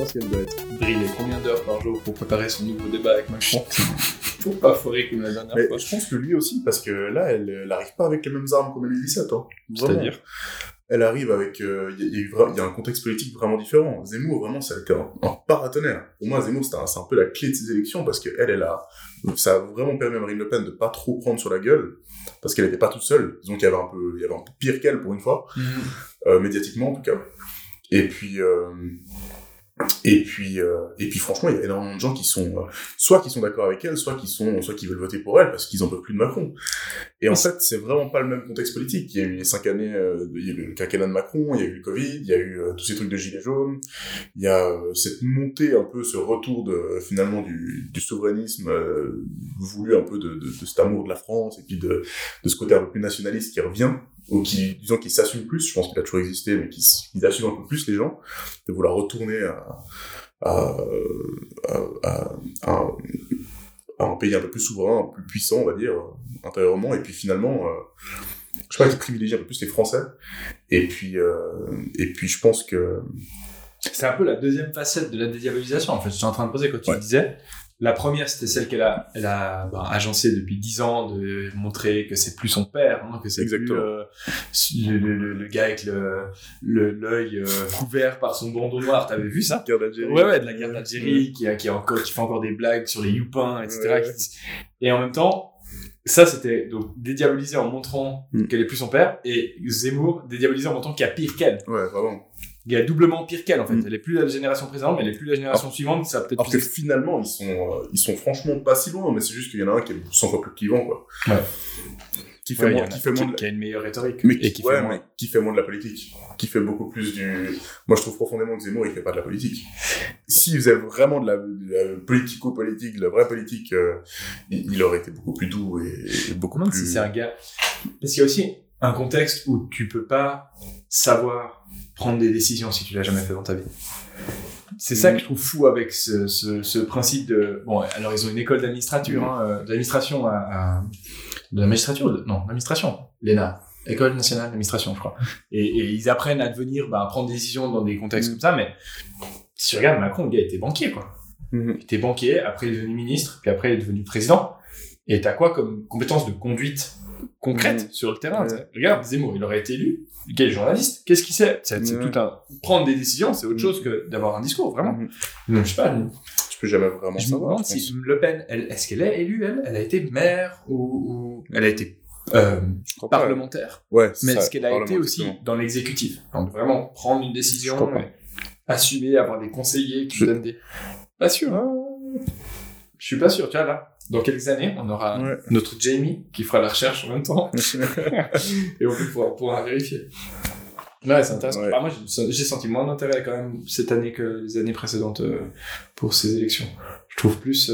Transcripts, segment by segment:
pense qu'elle doit être brillée. Combien d'heures par jour pour préparer son nouveau débat avec Macron? Pour pas foirer comme la dernière fois. Je pense que lui aussi, parce que là, elle n'arrive pas avec les mêmes armes qu'en 2017. Hein. C'est-à-dire elle arrive avec... Il y a un contexte politique vraiment différent. Zemmour, vraiment, ça a été un paratonnerre. Pour moi, Zemmour, c'est un peu la clé de ces élections, parce qu'elle, ça a vraiment permis à Marine Le Pen de pas trop prendre sur la gueule, parce qu'elle n'était pas toute seule. Disons qu'il y avait un peu pire qu'elle, pour une fois, médiatiquement, en tout cas. Et puis, franchement, il y a énormément de gens qui sont soit qui sont d'accord avec elle, soit qui veulent voter pour elle parce qu'ils en peuvent plus de Macron. Et en fait, c'est vraiment pas le même contexte politique. Il y a eu les 5 années, il y a eu le quinquennat de Macron, il y a eu le Covid, il y a eu tous ces trucs de gilets jaunes, il y a cette montée un peu, ce retour finalement du souverainisme voulu un peu de cet amour de la France et puis de ce côté un peu plus nationaliste qui revient, ou qui s'assume plus. Je pense qu'il a toujours existé, mais qui assume un peu plus les gens, de vouloir retourner à un pays un peu plus souverain, un peu plus puissant, on va dire, intérieurement, et puis finalement, je sais pas, qui privilégie un peu plus les Français, et puis je pense que... C'est un peu la deuxième facette de la dédiabolisation, en fait, je suis en train de poser quand tu disais. La première, c'était celle qu'elle a agencée depuis 10 ans, de montrer que c'est plus son père, hein, que c'est Exactement. plus le gars avec l'œil couvert par son bandeau noir. T'avais vu ça? Guerre d'Algérie. Ouais, de la guerre d'Algérie, qui fait encore des blagues sur les youpins, etc. Ouais. Et en même temps, ça, c'était donc dédiabolisé en montrant qu'elle est plus son père, et Zemmour dédiabolisé en montrant qu'il y a pire qu'elle. Ouais, vraiment. Il y a doublement pire qu'elle, en fait. Elle est plus la génération précédente, mais elle est plus la génération suivante. Ça peut-être. Alors que finalement, ils sont franchement pas si loin, mais c'est juste qu'il y en a un qui est 100 fois plus clivant, quoi. Ouais. Qui fait moins qui a une meilleure rhétorique. Mais qui fait moins de la politique. Qui fait beaucoup plus Moi, je trouve profondément que Zemmour, il fait pas de la politique. S'il faisait vraiment de la politico-politique, de la vraie politique, il aurait été beaucoup plus doux et beaucoup plus... Si c'est un gars... Parce qu'il y a aussi un contexte où tu peux pas savoir prendre des décisions si tu l'as jamais fait dans ta vie. C'est ça que je trouve fou avec ce principe de... Bon, alors ils ont une école d'administration, d'administration, l'ENA, École nationale d'administration, je crois. Et ils apprennent à prendre des décisions dans des contextes comme ça, mais si tu regardes Macron, le gars était banquier, quoi. Il était banquier, après il est devenu ministre, puis après il est devenu président. Et t'as quoi comme compétence de conduite concrète sur le terrain? Regarde, Zemmour, il aurait été élu. Le gars est journaliste. Qu'est-ce qu'il sait? C'est tout un... Prendre des décisions, c'est autre chose que d'avoir un discours, vraiment. Donc, je sais pas... Tu peux jamais vraiment savoir. Je me demande si Le Pen, est-ce qu'elle est élue, elle? Elle a été maire ou... Elle a été parlementaire. Ouais, mais est-ce qu'elle a été aussi dans l'exécutif? Donc, vraiment prendre une décision, assumer, avoir des conseillers qui donnent des... Pas sûr. Je suis pas sûr, tu vois, là. Dans quelques années, on aura notre Jamie qui fera la recherche en même temps. Et on pourra vérifier. Ouais, c'est intéressant. Ouais. Moi, j'ai senti moins d'intérêt quand même cette année que les années précédentes pour ces élections. Je trouve plus...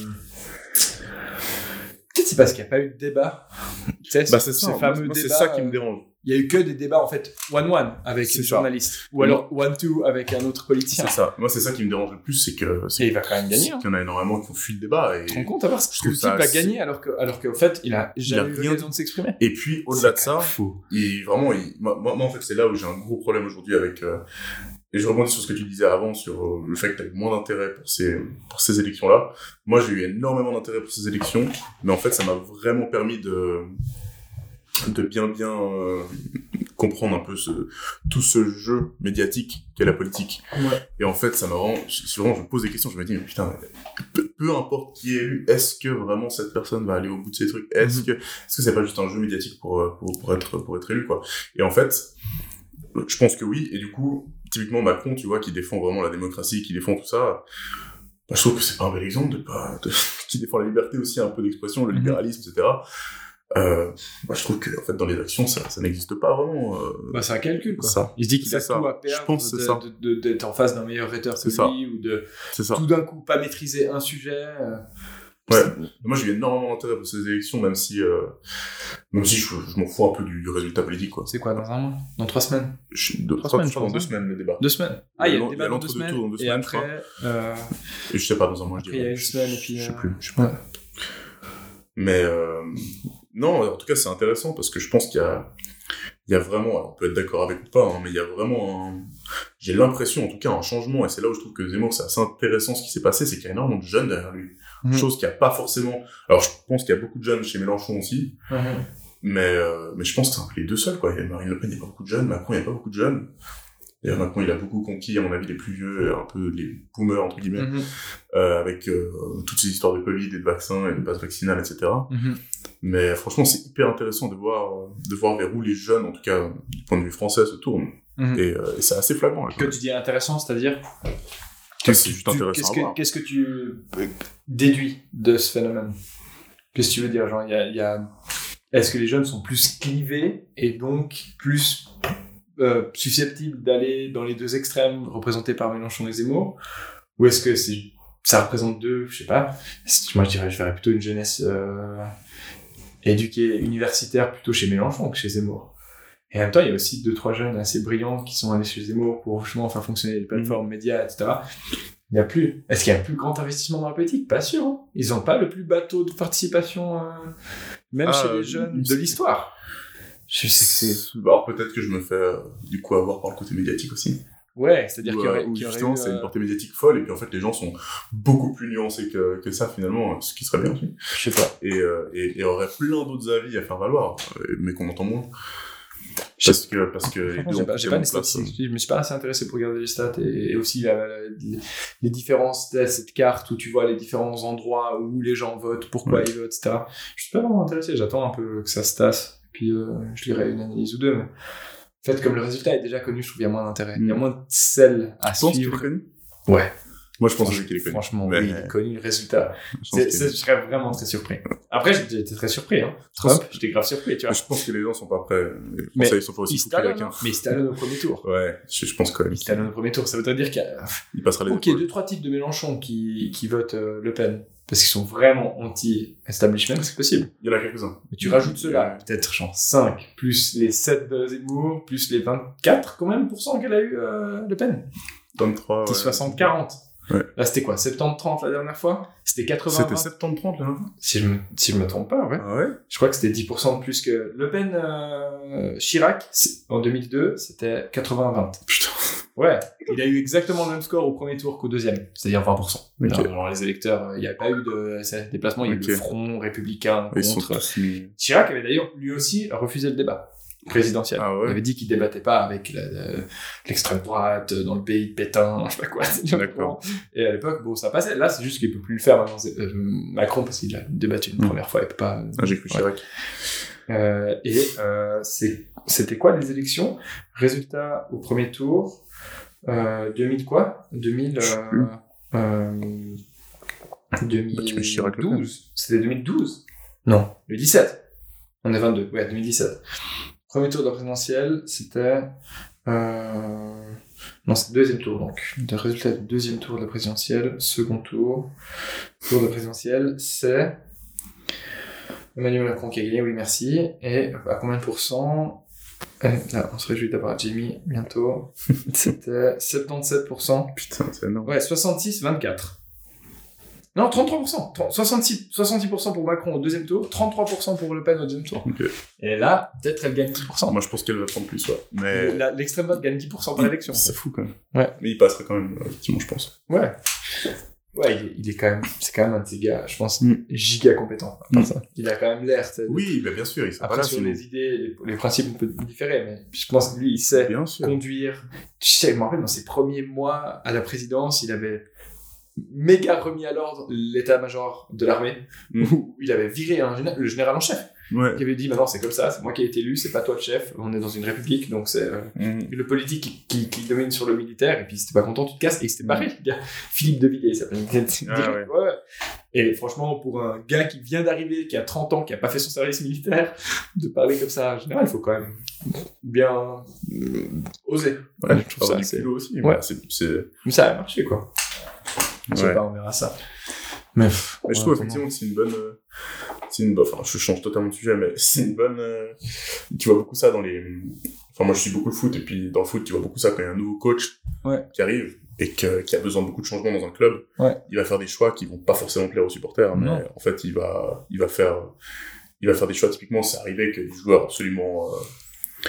Peut-être c'est parce qu'il n'y a pas eu de débat. C'est ça. Fameux débats, c'est ça qui me dérange. Il y a eu que des débats, en fait, one-one avec les journalistes. Ou alors one-two avec un autre politicien. C'est ça. Moi, c'est ça qui me dérange le plus, c'est que... Et il va quand même gagner. Il y en a énormément qui ont fui le débat. Et... Tu te rends compte, parce que le type a gagné alors qu'en fait, il a jamais eu raison de s'exprimer. Et puis, au-delà de ça, moi, en fait, c'est là où j'ai un gros problème aujourd'hui avec... Et je rebondis sur ce que tu disais avant, sur le fait que tu as eu moins d'intérêt pour ces élections-là. Moi, j'ai eu énormément d'intérêt pour ces élections, mais en fait, ça m'a vraiment permis de bien comprendre un peu tout ce jeu médiatique qu'est la politique. Ouais. Et en fait, ça m'a vraiment... je me pose des questions, je me dis, mais putain, peu importe qui est élu, est-ce que vraiment cette personne va aller au bout de ces trucs? Est-ce que c'est pas juste un jeu médiatique pour être élu, quoi? Et en fait, je pense que oui, et du coup, typiquement Macron, tu vois, qui défend vraiment la démocratie, qui défend tout ça, je trouve que c'est pas un bel exemple qui défend la liberté aussi, un peu d'expression, le libéralisme, etc. Je trouve que en fait dans les actions ça n'existe pas vraiment. C'est un calcul, quoi. Ça. Il se dit qu'il a tout à perdre. Je pense d'être en face d'un meilleur rhéteur que lui, ou de tout d'un coup pas maîtriser un sujet. Ouais. Moi j'ai eu énormément d'intérêt pour ces élections, même si je m'en fous un peu du résultat politique, quoi. C'est quoi, dans un mois? Dans 3 semaines? Dans 2 semaines les débats. 2 semaines. Ah, il y a le débat dans 2 semaines. Et après je sais pas, dans un mois je dirais. Il y a 1 semaine et puis je sais plus. Mais non, en tout cas c'est intéressant parce que je pense qu'il il y a vraiment, alors on peut être d'accord avec ou pas, hein, mais il y a vraiment j'ai l'impression, en tout cas, un changement, et c'est là où je trouve que Zemmour, c'est assez intéressant ce qui s'est passé, c'est qu'il y a énormément de jeunes derrière lui. Chose qu'il n'y a pas forcément, alors je pense qu'il y a beaucoup de jeunes chez Mélenchon aussi, mais je pense que c'est un peu les deux seuls, quoi. Il y a Marine Le Pen, il n'y a pas beaucoup de jeunes, Macron, il n'y a pas beaucoup de jeunes. D'ailleurs, Macron, il a beaucoup conquis, à mon avis, les plus vieux, un peu les boomers, entre guillemets, avec toutes ces histoires de Covid et de vaccins et de passe vaccinale, etc. Mais franchement, c'est hyper intéressant de voir vers où les jeunes, en tout cas, du point de vue français, se tournent. Et c'est assez flagrant. Que tu dis intéressant, c'est-à-dire c'est juste intéressant à voir. Qu'est-ce que tu déduis de ce phénomène? Qu'est-ce que tu veux dire? Genre, est-ce que les jeunes sont plus clivés et donc plus susceptibles d'aller dans les deux extrêmes représentés par Mélenchon et Zemmour, ou est-ce que ça représente deux, je sais pas, moi je verrais plutôt une jeunesse éduquée universitaire plutôt chez Mélenchon que chez Zemmour. Et en même temps, il y a aussi 2-3 jeunes assez brillants qui sont allés chez Zemmour pour justement faire fonctionner les plateformes médias, etc. Est-ce qu'il y a un plus grand investissement dans la politique? Pas sûr, hein. Ils n'ont pas le plus bas taux de participation, même chez les jeunes de l'histoire. Alors peut-être que je me fais du coup avoir par le côté médiatique aussi. Ouais, c'est-à-dire justement c'est une portée médiatique folle et puis en fait les gens sont beaucoup plus nuancés que ça finalement, ce qui serait bien aussi. Je sais pas. Et aurait plein d'autres avis à faire valoir, mais qu'on entend moins. Parce que j'ai pas les statistiques. Je me suis pas assez intéressé pour regarder les stats et aussi les différences, cette carte où tu vois les différents endroits où les gens votent, pourquoi ils votent, etc. Je suis pas vraiment intéressé. J'attends un peu que ça se tasse. Puis je lirai une analyse ou deux, mais en fait, comme le résultat est déjà connu, je trouve qu'il y a moins d'intérêt. Il y a moins de sel à suivre. Tu penses qu'il est connu? Ouais. Moi, je pense qu'il est connu. Franchement, oui, il est connu, le résultat. Je serais vraiment très surpris. Après, j'ai été très surpris, hein. Trump, j'étais grave surpris, tu vois. Je pense que les gens sont pas prêts. Les Français, ils sont pas aussi fous que les mais il se talonne au premier tour. Ouais, je pense quand même. Il se talonne au premier tour. Ça voudrait dire qu'il passera les y a 2-3 types de Mélenchon qui votent Le Pen. Parce qu'ils sont vraiment anti-establishment, c'est possible. Il y en a quelques-uns. Mais tu rajoutes ceux-là, peut-être genre 5, plus les 7 de Zemmour, plus les 24 quand même % qu'elle a eu Le Pen. 23, Petit 60-40. Ouais. Là, c'était quoi? 70-30 la dernière fois? C'était 80. C'était 70-30 là. Si je me trompe pas, ouais. Ah ouais? Je crois que c'était 10% de plus que Le Pen. Chirac, en 2002, c'était 80-20. Putain. Ouais. Il a eu exactement le même score au premier tour qu'au deuxième. C'est-à-dire 20%. Okay. Alors, les électeurs, il n'y a pas eu de déplacement, il y a eu le front républicain contre. Chirac avait d'ailleurs, lui aussi, refusé le débat présidentiel. Ah ouais. Il avait dit qu'il débattait pas avec l'extrême droite dans le pays de Pétain, je sais pas quoi. D'accord. Et à l'époque, bon, ça passait. Là, c'est juste qu'il peut plus le faire maintenant. Macron, parce qu'il a débattu une première fois, il peut pas. J'ai cru Chirac. C'était quoi les élections? Résultat au premier tour. 2000 quoi? 2012. C'était 2012? Non, 2017. On est 22. Ouais, 2017. Premier tour de la présidentielle, c'était... Non, c'est deuxième tour, donc. Le résultat du deuxième tour de la présidentielle, second tour de la présidentielle, c'est Emmanuel Macron qui a gagné, oui, merci. Et à combien de pourcents? Là, on se réjouit d'avoir Jimmy bientôt. C'était 77%. Putain, c'est énorme. Ouais, 66-24. Non, 33%. 66% pour Macron au deuxième tour, 33% pour Le Pen au deuxième tour. Okay. Et là, peut-être elle gagne 10%. Moi, je pense qu'elle va prendre plus, ouais. Mais... L'extrême droite gagne 10% par élection. C'est fou, quand même. Ouais. Mais il passerait quand même, effectivement, je pense. Ouais. Ouais, il est quand même, c'est quand même un de ces gars, je pense, giga compétent. Ça. Il a quand même l'air. Oui, mais bien sûr, il sait après, pas là. Sur les idées, les principes, on peut différer, mais je pense que lui, il sait conduire. Tu sais, je me rappelle, dans ses premiers mois à la présidence, il avait méga remis à l'ordre l'état-major de l'armée, où il avait viré le général en chef. Ouais. Qui avait dit, maintenant c'est comme ça, c'est moi qui ai été élu, c'est pas toi le chef, on est dans une république, donc c'est le politique qui domine sur le militaire, et puis si t'es pas content, tu te casses, et c'était pareil, Philippe de Villiers, il s'appelle. Ouais. Et franchement, pour un gars qui vient d'arriver, qui a 30 ans, qui a pas fait son service militaire, de parler comme ça, en général, il faut quand même bien oser. Ouais, je trouve ça c'est aussi. Ouais. Mais ça a marché, quoi. Je sais pas, on verra ça. Mais je trouve effectivement que c'est une bonne... Enfin, je change totalement de sujet, mais c'est une bonne... Tu vois beaucoup ça dans les... Enfin, moi, je suis beaucoup le foot, et puis dans le foot, tu vois beaucoup ça quand il y a un nouveau coach qui arrive, et qui a besoin de beaucoup de changements dans un club. Ouais. Il va faire des choix qui vont pas forcément plaire aux supporters, mais en fait, il va faire des choix. Typiquement, c'est arrivé que des joueurs absolument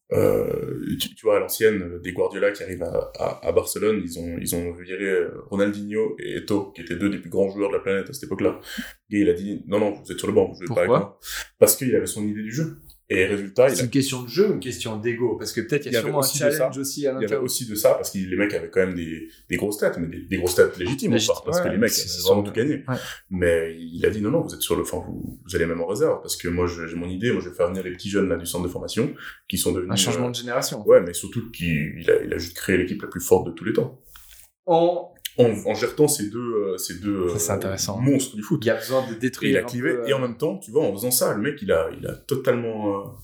Tu vois, à l'ancienne, des Guardiola qui arrivent à Barcelone, ils ont viré Ronaldinho et Eto'o, qui étaient deux des plus grands joueurs de la planète à cette époque-là. Et il a dit, non, vous êtes sur le banc, vous jouez pas avec moi. Parce qu'il avait son idée du jeu. Et résultat, c'est une question de jeu ou une question d'ego? Parce que peut-être il y a sûrement un challenge aussi à l'intérieur. Il y avait aussi de ça, parce que les mecs avaient quand même des grosses têtes, mais des grosses têtes légitimes, parce que les mecs avaient vraiment tout gagné. Ouais. Mais il a dit non, vous êtes sur le, enfin, vous allez même en réserve, parce que moi, j'ai mon idée, moi, je vais faire venir les petits jeunes, là, du centre de formation, qui sont devenus... Un changement de génération. Ouais, mais surtout il a juste créé l'équipe la plus forte de tous les temps. En gérant ces deux monstres du foot. Il y a besoin de détruire. Et il a clivé, et en même temps, tu vois, en faisant ça, le mec, il a totalement,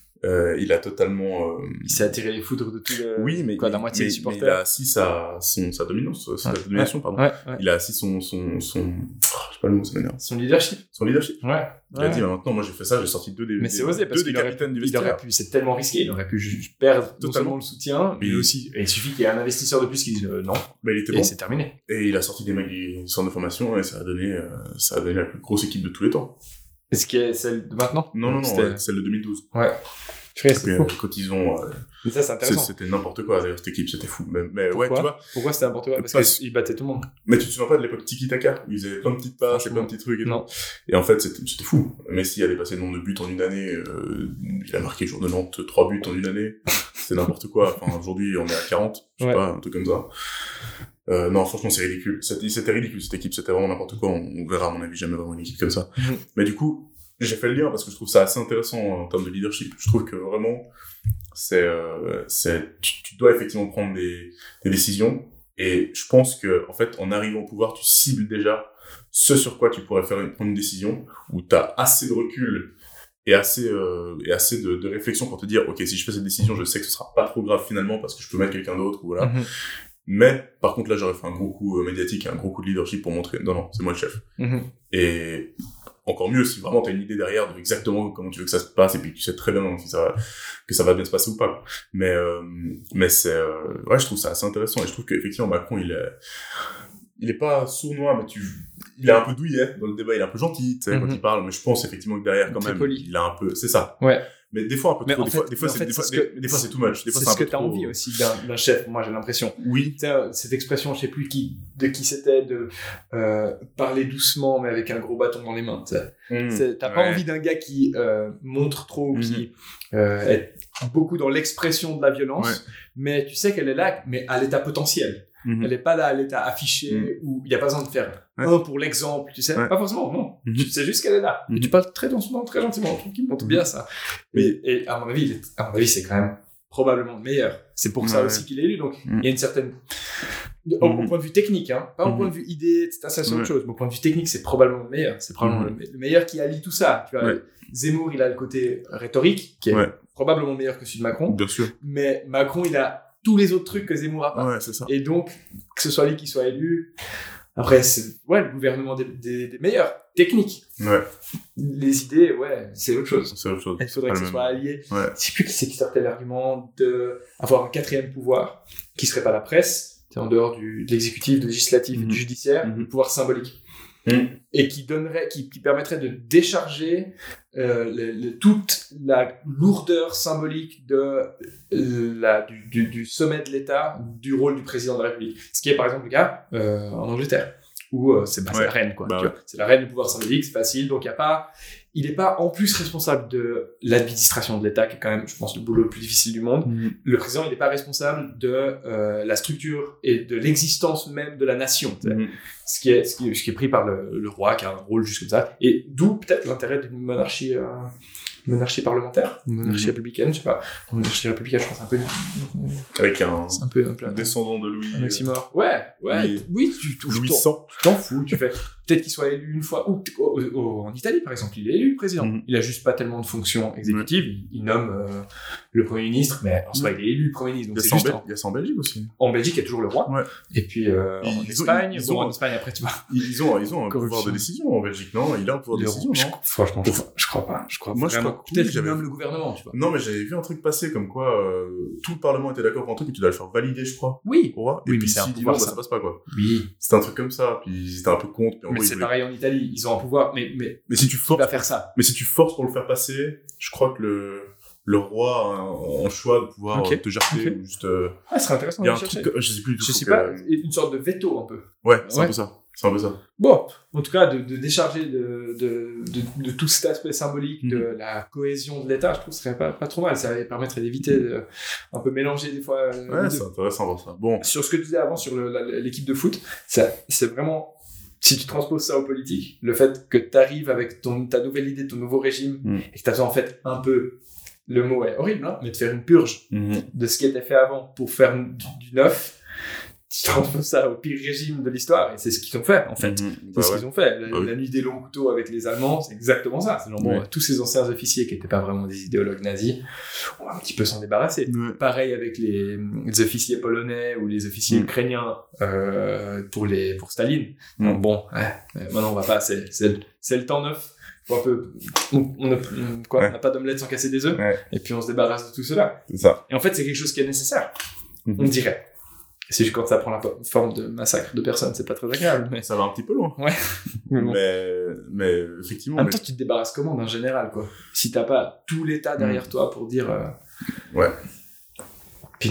il s'est attiré les foudres de tout le... Oui, mais la moitié des supporters. Mais il a assis sa dominance, sa domination, pardon. Ouais. Il a assis son, je sais pas le mot, ça m'énerve. Son leadership. Ouais. Il a dit, maintenant, moi, j'ai fait ça, j'ai sorti deux des capitaines du vestiaire. Il aurait pu, c'est tellement risqué, il aurait pu juste perdre totalement le soutien, mais aussi, et il suffit qu'il y ait un investisseur de plus qui dise non. Mais il était bon. Et c'est terminé. Et il a sorti des mecs du centre de formation, et ça a donné la plus grosse équipe de tous les temps. Est-ce qu'il y a celle de maintenant? Non, celle de 2012. Ouais. Quand ils ont... mais ça, c'est intéressant. C'était n'importe quoi, d'ailleurs, cette équipe, c'était fou. Mais pourquoi? Ouais, tu vois. Pourquoi c'était n'importe quoi? Parce qu'ils battaient tout le monde. Mais tu te souviens pas de l'époque Tiki-Taka, où ils faisaient plein de petites passes et plein de petits trucs et tout. Et en fait, c'était fou. Messi avait passé le nombre de buts en une année, il a marqué jour de Nantes 3 buts en une année. C'est n'importe quoi. Enfin, aujourd'hui, on est à 40, je sais pas, un truc comme ça. Non, franchement, c'est ridicule. C'était ridicule, cette équipe, c'était vraiment n'importe quoi. On verra, à mon avis, jamais vraiment une équipe comme ça. Mais du coup, j'ai fait le lien parce que je trouve ça assez intéressant en termes de leadership. Je trouve que vraiment, tu dois effectivement prendre des décisions. Et je pense que, en fait, en arrivant au pouvoir, tu cibles déjà ce sur quoi tu pourrais prendre une décision où t'as assez de recul et assez de réflexion pour te dire, ok, si je fais cette décision, je sais que ce sera pas trop grave finalement parce que je peux mettre quelqu'un d'autre ou voilà. Mais, par contre, là, j'aurais fait un gros coup médiatique et un gros coup de leadership pour montrer, non, c'est moi le chef. Et encore mieux si vraiment t'as une idée derrière de exactement comment tu veux que ça se passe et puis que tu sais très bien que ça va bien se passer ou pas. Mais c'est, je trouve ça assez intéressant et je trouve qu'effectivement Macron, il est pas sournois, mais il est un peu douillet dans le débat, il est un peu gentil, tu sais, quand il parle, mais je pense effectivement que derrière, quand même, il a un peu, c'est ça. Ouais. Mais des fois un peu trop, des fois c'est too much, des fois c'est ce que t'as envie aussi d'un chef, moi j'ai l'impression. Oui. Tu sais, cette expression, je sais plus de qui c'était, de parler doucement mais avec un gros bâton dans les mains, tu sais. T'as pas envie d'un gars qui montre trop, qui est beaucoup dans l'expression de la violence, mais tu sais qu'elle est là, mais à l'état potentiel. Elle est pas là à l'état affiché où il y a pas besoin de faire un pour l'exemple, tu sais. Pas forcément, non. Tu sais juste qu'elle est là. Et tu parles très doucement, très gentiment. Je trouve qu'il montre bien ça. Et à mon avis, c'est quand même probablement le meilleur. C'est pour ça aussi qu'il est élu. Donc, il y a une certaine, au point de vue technique, hein. Pas au point de vue idée, etc. Ça, c'est autre chose. Mais au point de vue technique, c'est probablement le meilleur. C'est probablement le meilleur qui allie tout ça. Tu vois, Zemmour, il a le côté rhétorique, qui est probablement meilleur que celui de Macron. Bien sûr. Mais Macron, il a tous les autres trucs que Zemmour a pas. Ouais, c'est ça. Et donc, que ce soit lui qui soit élu, après, c'est, le gouvernement des meilleurs, techniques. Ouais. Les idées, c'est autre chose. C'est autre chose. Il faudrait que ce soit allié. Je sais plus qui c'est qui sortait l'argument d'avoir un quatrième pouvoir, qui serait pas la presse, c'est en dehors de l'exécutif, du législatif et du judiciaire, le pouvoir symbolique. Et qui permettrait de décharger toute la lourdeur symbolique du sommet de l'État du rôle du président de la République. Ce qui est par exemple le cas en Angleterre, où c'est la reine, quoi. Tu vois, c'est la reine du pouvoir symbolique, c'est facile, donc il n'est pas en plus responsable de l'administration de l'État, qui est quand même, je pense, le boulot le plus difficile du monde. Le président, il n'est pas responsable de la structure et de l'existence même de la nation. Ce qui est pris par le roi, qui a un rôle juste comme ça. Et d'où peut-être l'intérêt d'une monarchie parlementaire, une monarchie républicaine, je sais pas. Une monarchie républicaine, je pense un peu... Avec un peu descendant de Louis... Maximor. Oui, tu Louis 100. Tu t'en fous, tu fais... Peut-être qu'il soit élu une fois, ou en Italie, par exemple, il est élu président. Il a juste pas tellement de fonctions exécutives. Il nomme le Premier ministre, mais en soi, il est élu Premier ministre. Donc il y a ça en Belgique aussi. En Belgique, il y a toujours le roi. Et puis, en Espagne, en Espagne, après, tu vois. Ils ont un pouvoir de décision en Belgique, non? Il a un pouvoir de décision, non? Franchement, je crois pas. Moi, je crois peut-être qu'il nomme le gouvernement, tu vois. Non, mais j'avais vu un truc passer comme quoi tout le Parlement était d'accord pour un truc et tu dois le faire valider, je crois. Oui. Au roi. Et puis, si dit non, ça passe pas, quoi. Oui. C'était un truc comme ça, puis ils étaient un peu contre. Mais c'est pareil en Italie. Ils ont un pouvoir, mais si tu forces, va faire ça. Mais si tu forces pour le faire passer, je crois que le roi a un choix de pouvoir te jarter ou juste. Ah, ce serait intéressant Il y a de un chercher. truc, je sais plus du tout. Je sais pas, une sorte de veto un peu. Ouais, c'est un peu ça. C'est un peu ça. Bon, en tout cas, de décharger de tout cet aspect symbolique de la cohésion de l'État, je trouve que ce serait pas trop mal. Ça permettrait d'éviter un peu mélanger des fois. Ouais, c'est intéressant voir ça. Bon. Sur ce que tu disais avant sur l'équipe de foot, c'est vraiment, si tu transposes ça aux politiques, le fait que tu arrives avec ta nouvelle idée, ton nouveau régime, et que tu as besoin en fait un peu, le mot est horrible, hein, mais de faire une purge de ce qui était fait avant pour faire du neuf. Tu transposes ça au pire régime de l'histoire, et c'est ce qu'ils ont fait, en fait. C'est ce qu'ils ont fait. La nuit des longs couteaux avec les Allemands, c'est exactement ça. C'est genre, tous ces anciens officiers qui n'étaient pas vraiment des idéologues nazis, on va un petit peu s'en débarrasser. Pareil avec les officiers polonais ou les officiers ukrainiens pour Staline. Donc, bon, maintenant on va pas, c'est le temps neuf. On n'a pas d'omelette sans casser des œufs, et puis on se débarrasse de tout cela. C'est ça. Et en fait, c'est quelque chose qui est nécessaire, on dirait. C'est juste quand ça prend la forme de massacre de personnes, c'est pas très agréable. Mais ça va un petit peu loin. Ouais. mais effectivement. En même temps, tu te débarrasses comment d'un général, quoi? Si t'as pas tout l'État derrière toi pour dire. Ouais. Puis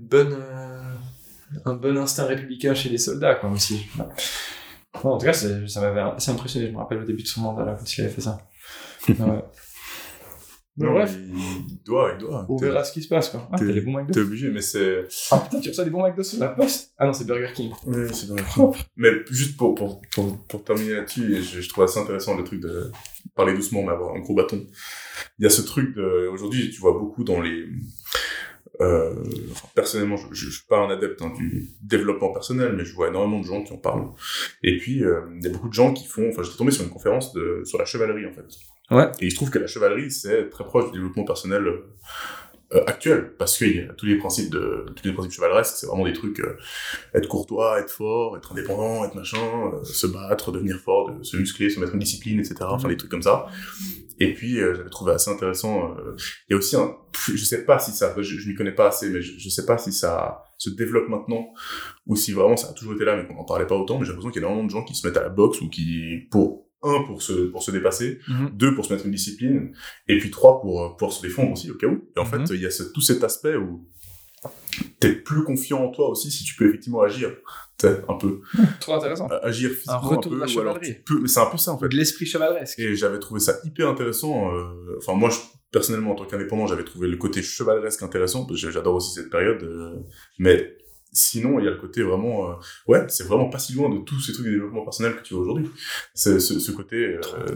un bon instinct républicain chez les soldats, quoi, aussi. Bon, en tout cas, ça m'avait assez impressionné. Je me rappelle au début de son mandat, là, quand il avait fait ça. Ouais. Non, bref. Il doit. On verra ce qui se passe, quoi. Ah, t'as les bons McDo. T'es obligé, mais c'est. Ah putain, tu reçois des bons McDo sur la poste? Ah non, c'est Burger King. Oui, c'est Burger King. Mais juste pour terminer là-dessus, je trouve assez intéressant le truc de parler doucement, mais avoir un gros bâton. Il y a ce truc aujourd'hui, tu vois beaucoup dans les. Personnellement, je suis pas un adepte du développement personnel, mais je vois énormément de gens qui en parlent. Et puis, il y a beaucoup de gens qui font. Enfin, j'étais tombé sur une conférence sur la chevalerie, en fait. Ouais. Et il se trouve que la chevalerie, c'est très proche du développement personnel actuel, parce qu'il y a tous les principes chevaleresques, c'est vraiment des trucs être courtois, être fort, être indépendant, être machin, se battre, devenir fort, se muscler, se mettre en discipline, etc. Enfin, des trucs comme ça. Et puis, j'avais trouvé assez intéressant. Il y a aussi je sais pas si ça, je m'y connais pas assez, mais je sais pas si ça se développe maintenant ou si vraiment ça a toujours été là, mais qu'on en parlait pas autant. Mais j'ai l'impression qu'il y a énormément de gens qui se mettent à la boxe ou qui, pour se dépasser, 2 pour se mettre une discipline, et puis 3 pour pouvoir se défendre aussi au cas où. Et en fait, il y a tout cet aspect où t'es plus confiant en toi aussi si tu peux effectivement agir. Un peu. Trop intéressant. Agir physiquement un retour un peu, de la ou alors chevalerie. mais c'est un peu ça en fait. De l'esprit chevaleresque. Et j'avais trouvé ça hyper intéressant. Enfin, moi, personnellement, en tant qu'indépendant, j'avais trouvé le côté chevaleresque intéressant, parce que j'adore aussi cette période. Mais sinon, il y a le côté vraiment... c'est vraiment pas si loin de tous ces trucs de développement personnel que tu vois aujourd'hui. C'est ce côté,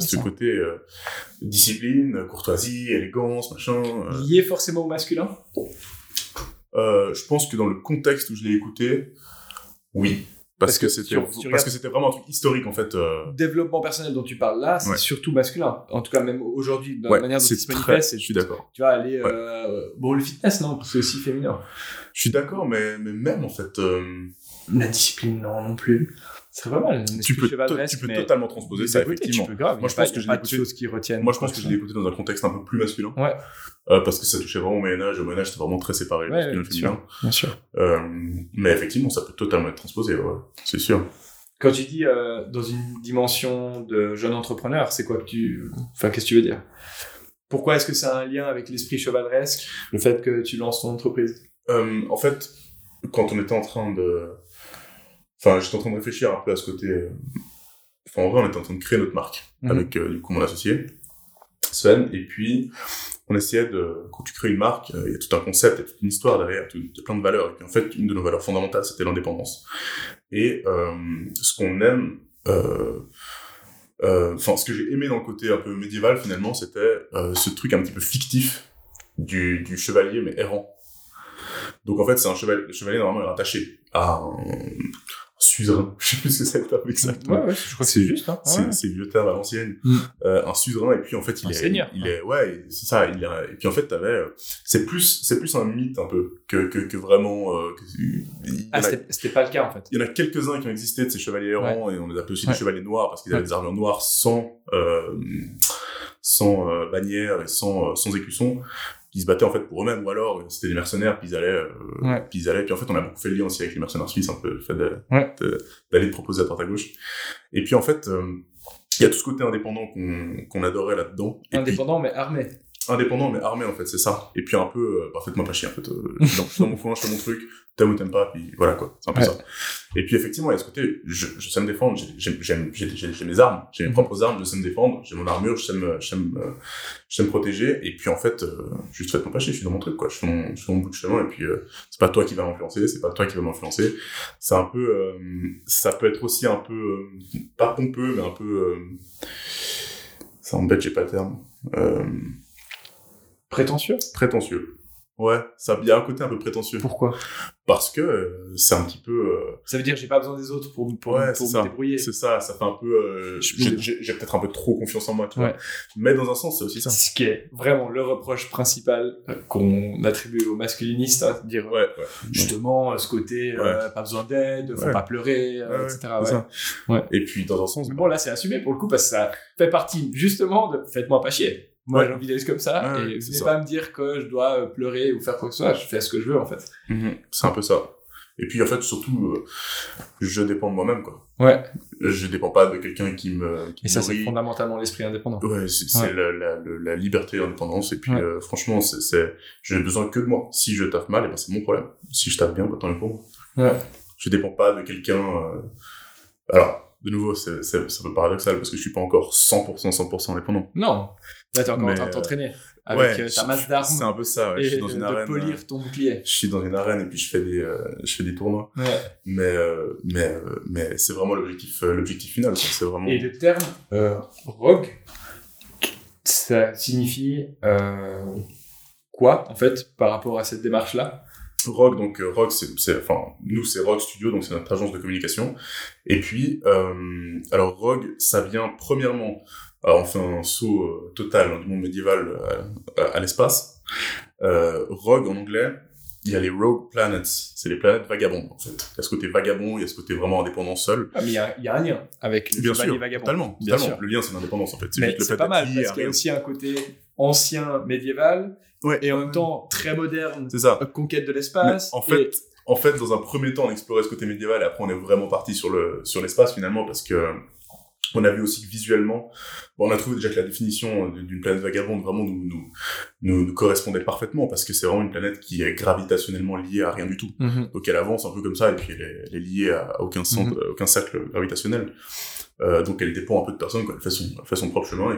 discipline, courtoisie, élégance, machin. Lié forcément au masculin. Je pense que dans le contexte où je l'ai écouté, oui. Parce que c'était vraiment un truc historique, en fait. Développement personnel dont tu parles là, c'est surtout masculin. En tout cas, même aujourd'hui, dans la manière dont il se manifeste. Je suis d'accord. Tu vois, aller... Bon, le fitness, non, c'est aussi féminin. Je suis d'accord, mais même, en fait... La discipline, non plus. C'est pas mal. Tu peux totalement transposer ça, effectivement. Tu peux grave. Moi, je pense que je l'ai écouté. Moi, je pense que je l'ai écouté dans un contexte un peu plus masculin. Ouais. Parce que ça touchait vraiment au Moyen-Âge. Au Moyen-Âge, c'était vraiment très séparé. Ouais, bien sûr. Mais effectivement, ça peut totalement être transposé, ouais. C'est sûr. Quand tu dis dans une dimension de jeune entrepreneur, c'est quoi qu'est-ce que tu veux dire? Pourquoi est-ce que ça a un lien avec l'esprit chevaleresque, le fait que tu lances ton entreprise? En fait, quand on était en train de... Enfin, j'étais en train de réfléchir un peu à ce côté... Enfin, en vrai, on était en train de créer notre marque avec, du coup, mon associé, Sven, et puis... On essayait quand tu crées une marque, il y a tout un concept, il y a toute une histoire derrière, il y a plein de valeurs. Et puis en fait, une de nos valeurs fondamentales, c'était l'indépendance. Et ce qu'on aime, ce que j'ai aimé dans le côté un peu médiéval, finalement, c'était ce truc un petit peu fictif du chevalier, mais errant. Donc en fait, c'est le chevalier normalement est rattaché à un suzerain. Je sais plus ce que c'est le terme exact. Ouais, je crois que c'est juste, hein. C'est vieux terme à l'ancienne. Un suzerain, et puis en fait, c'est ça, et puis en fait, c'est plus un mythe un peu, que vraiment, c'était pas le cas, en fait. Il y en a quelques-uns qui ont existé de ces chevaliers errants, et on les appelait aussi des chevaliers noirs, parce qu'ils avaient des armures noires sans bannière et sans écusson, qui se battaient en fait pour eux-mêmes, ou alors c'était des mercenaires, puis ils allaient, puis en fait on a beaucoup fait le lien aussi avec les mercenaires suisses, un peu le fait d'aller te proposer à droite à gauche. Et puis en fait, il y a tout ce côté indépendant qu'on adorait là-dedans. Indépendant mais armé. indépendant mais armé en fait, c'est ça. Et puis un peu faites-moi pas chier en fait. Je suis dans mon coin, je fais mon truc, t'aimes ou t'aimes pas, puis voilà quoi, c'est un peu ça. Et puis effectivement, il y a ce côté, je sais me défendre, j'ai mes armes, j'ai mes propres armes, je sais me défendre, j'ai mon armure, je sais me protéger. Et puis en fait, juste faites-moi pas chier, je suis dans mon truc quoi, je suis mon bout de chemin. Et puis c'est pas toi qui va m'influencer, c'est pas toi qui va m'influencer. C'est un peu, ça peut être aussi un peu pas pompeux, mais un peu ça embête, j'ai pas le terme. Prétentieux. Ouais, ça il y a un côté un peu prétentieux. Pourquoi? Parce que c'est un petit peu ça veut dire j'ai pas besoin des autres pour me débrouiller. C'est ça fait un peu j'ai peut-être un peu trop confiance en moi, tu vois. Mais dans un sens, c'est aussi ça. C'est ce qui est vraiment le reproche principal qu'on attribue aux masculinistes, hein, dire justement ce côté pas besoin d'aide, faut pas pleurer, etc. Ça. Et puis dans un sens, mais bon là c'est assumé pour le coup parce que ça fait partie justement de faites-moi pas chier. Moi, j'ai envie d'aller comme ça, et venez pas me dire que je dois pleurer ou faire quoi que ce soit, je fais ce que je veux, en fait. C'est un peu ça. Et puis, en fait, surtout, je dépends de moi-même, quoi. Ouais. Je dépends pas de quelqu'un qui me et ça, c'est fondamentalement l'esprit indépendant. Ouais, c'est la liberté et l'indépendance, et puis, franchement, j'ai besoin que de moi. Si je taffe mal, c'est mon problème. Si je taffe bien, tant mieux pour moi. Ouais. Je dépends pas de quelqu'un, alors, de nouveau, c'est un peu paradoxal parce que je suis pas encore 100% indépendant. Non. Là, t'es encore en train de t'entraîner avec ta masse d'armes. C'est un peu ça, ouais. Je suis dans une arène. De polir ton bouclier. Je suis dans une arène et puis je fais des tournois. Ouais. Mais c'est vraiment l'objectif final, quoi. C'est vraiment. Et le terme, rogue, ça signifie, quoi, en fait, par rapport à cette démarche-là? Rogue, donc Rogue, nous c'est Rogue Studio, donc c'est notre agence de communication. Et puis, alors Rogue, ça vient premièrement, alors on fait un saut total du monde médiéval à l'espace. Rogue en anglais, il y a les Rogue Planets, c'est les planètes vagabondes en fait. Il y a ce côté vagabond, il y a ce côté vraiment indépendant seul. Ah mais il y a un lien avec les vagabonds. Totalement. Le lien c'est l'indépendance en fait. Mais c'est pas mal parce qu'il y a aussi un côté ancien médiéval. Ouais, et en même temps très moderne, c'est ça. Conquête de l'espace. Mais en fait, dans un premier temps, on explorait ce côté médiéval et après on est vraiment parti sur l'espace finalement parce que on a vu aussi que visuellement, on a trouvé déjà que la définition d'une planète vagabonde vraiment nous correspondait parfaitement parce que c'est vraiment une planète qui est gravitationnellement liée à rien du tout. Donc elle avance un peu comme ça et puis elle est liée à aucun centre, aucun cercle gravitationnel. Donc elle dépend un peu de personne, quoi. Elle fait son propre chemin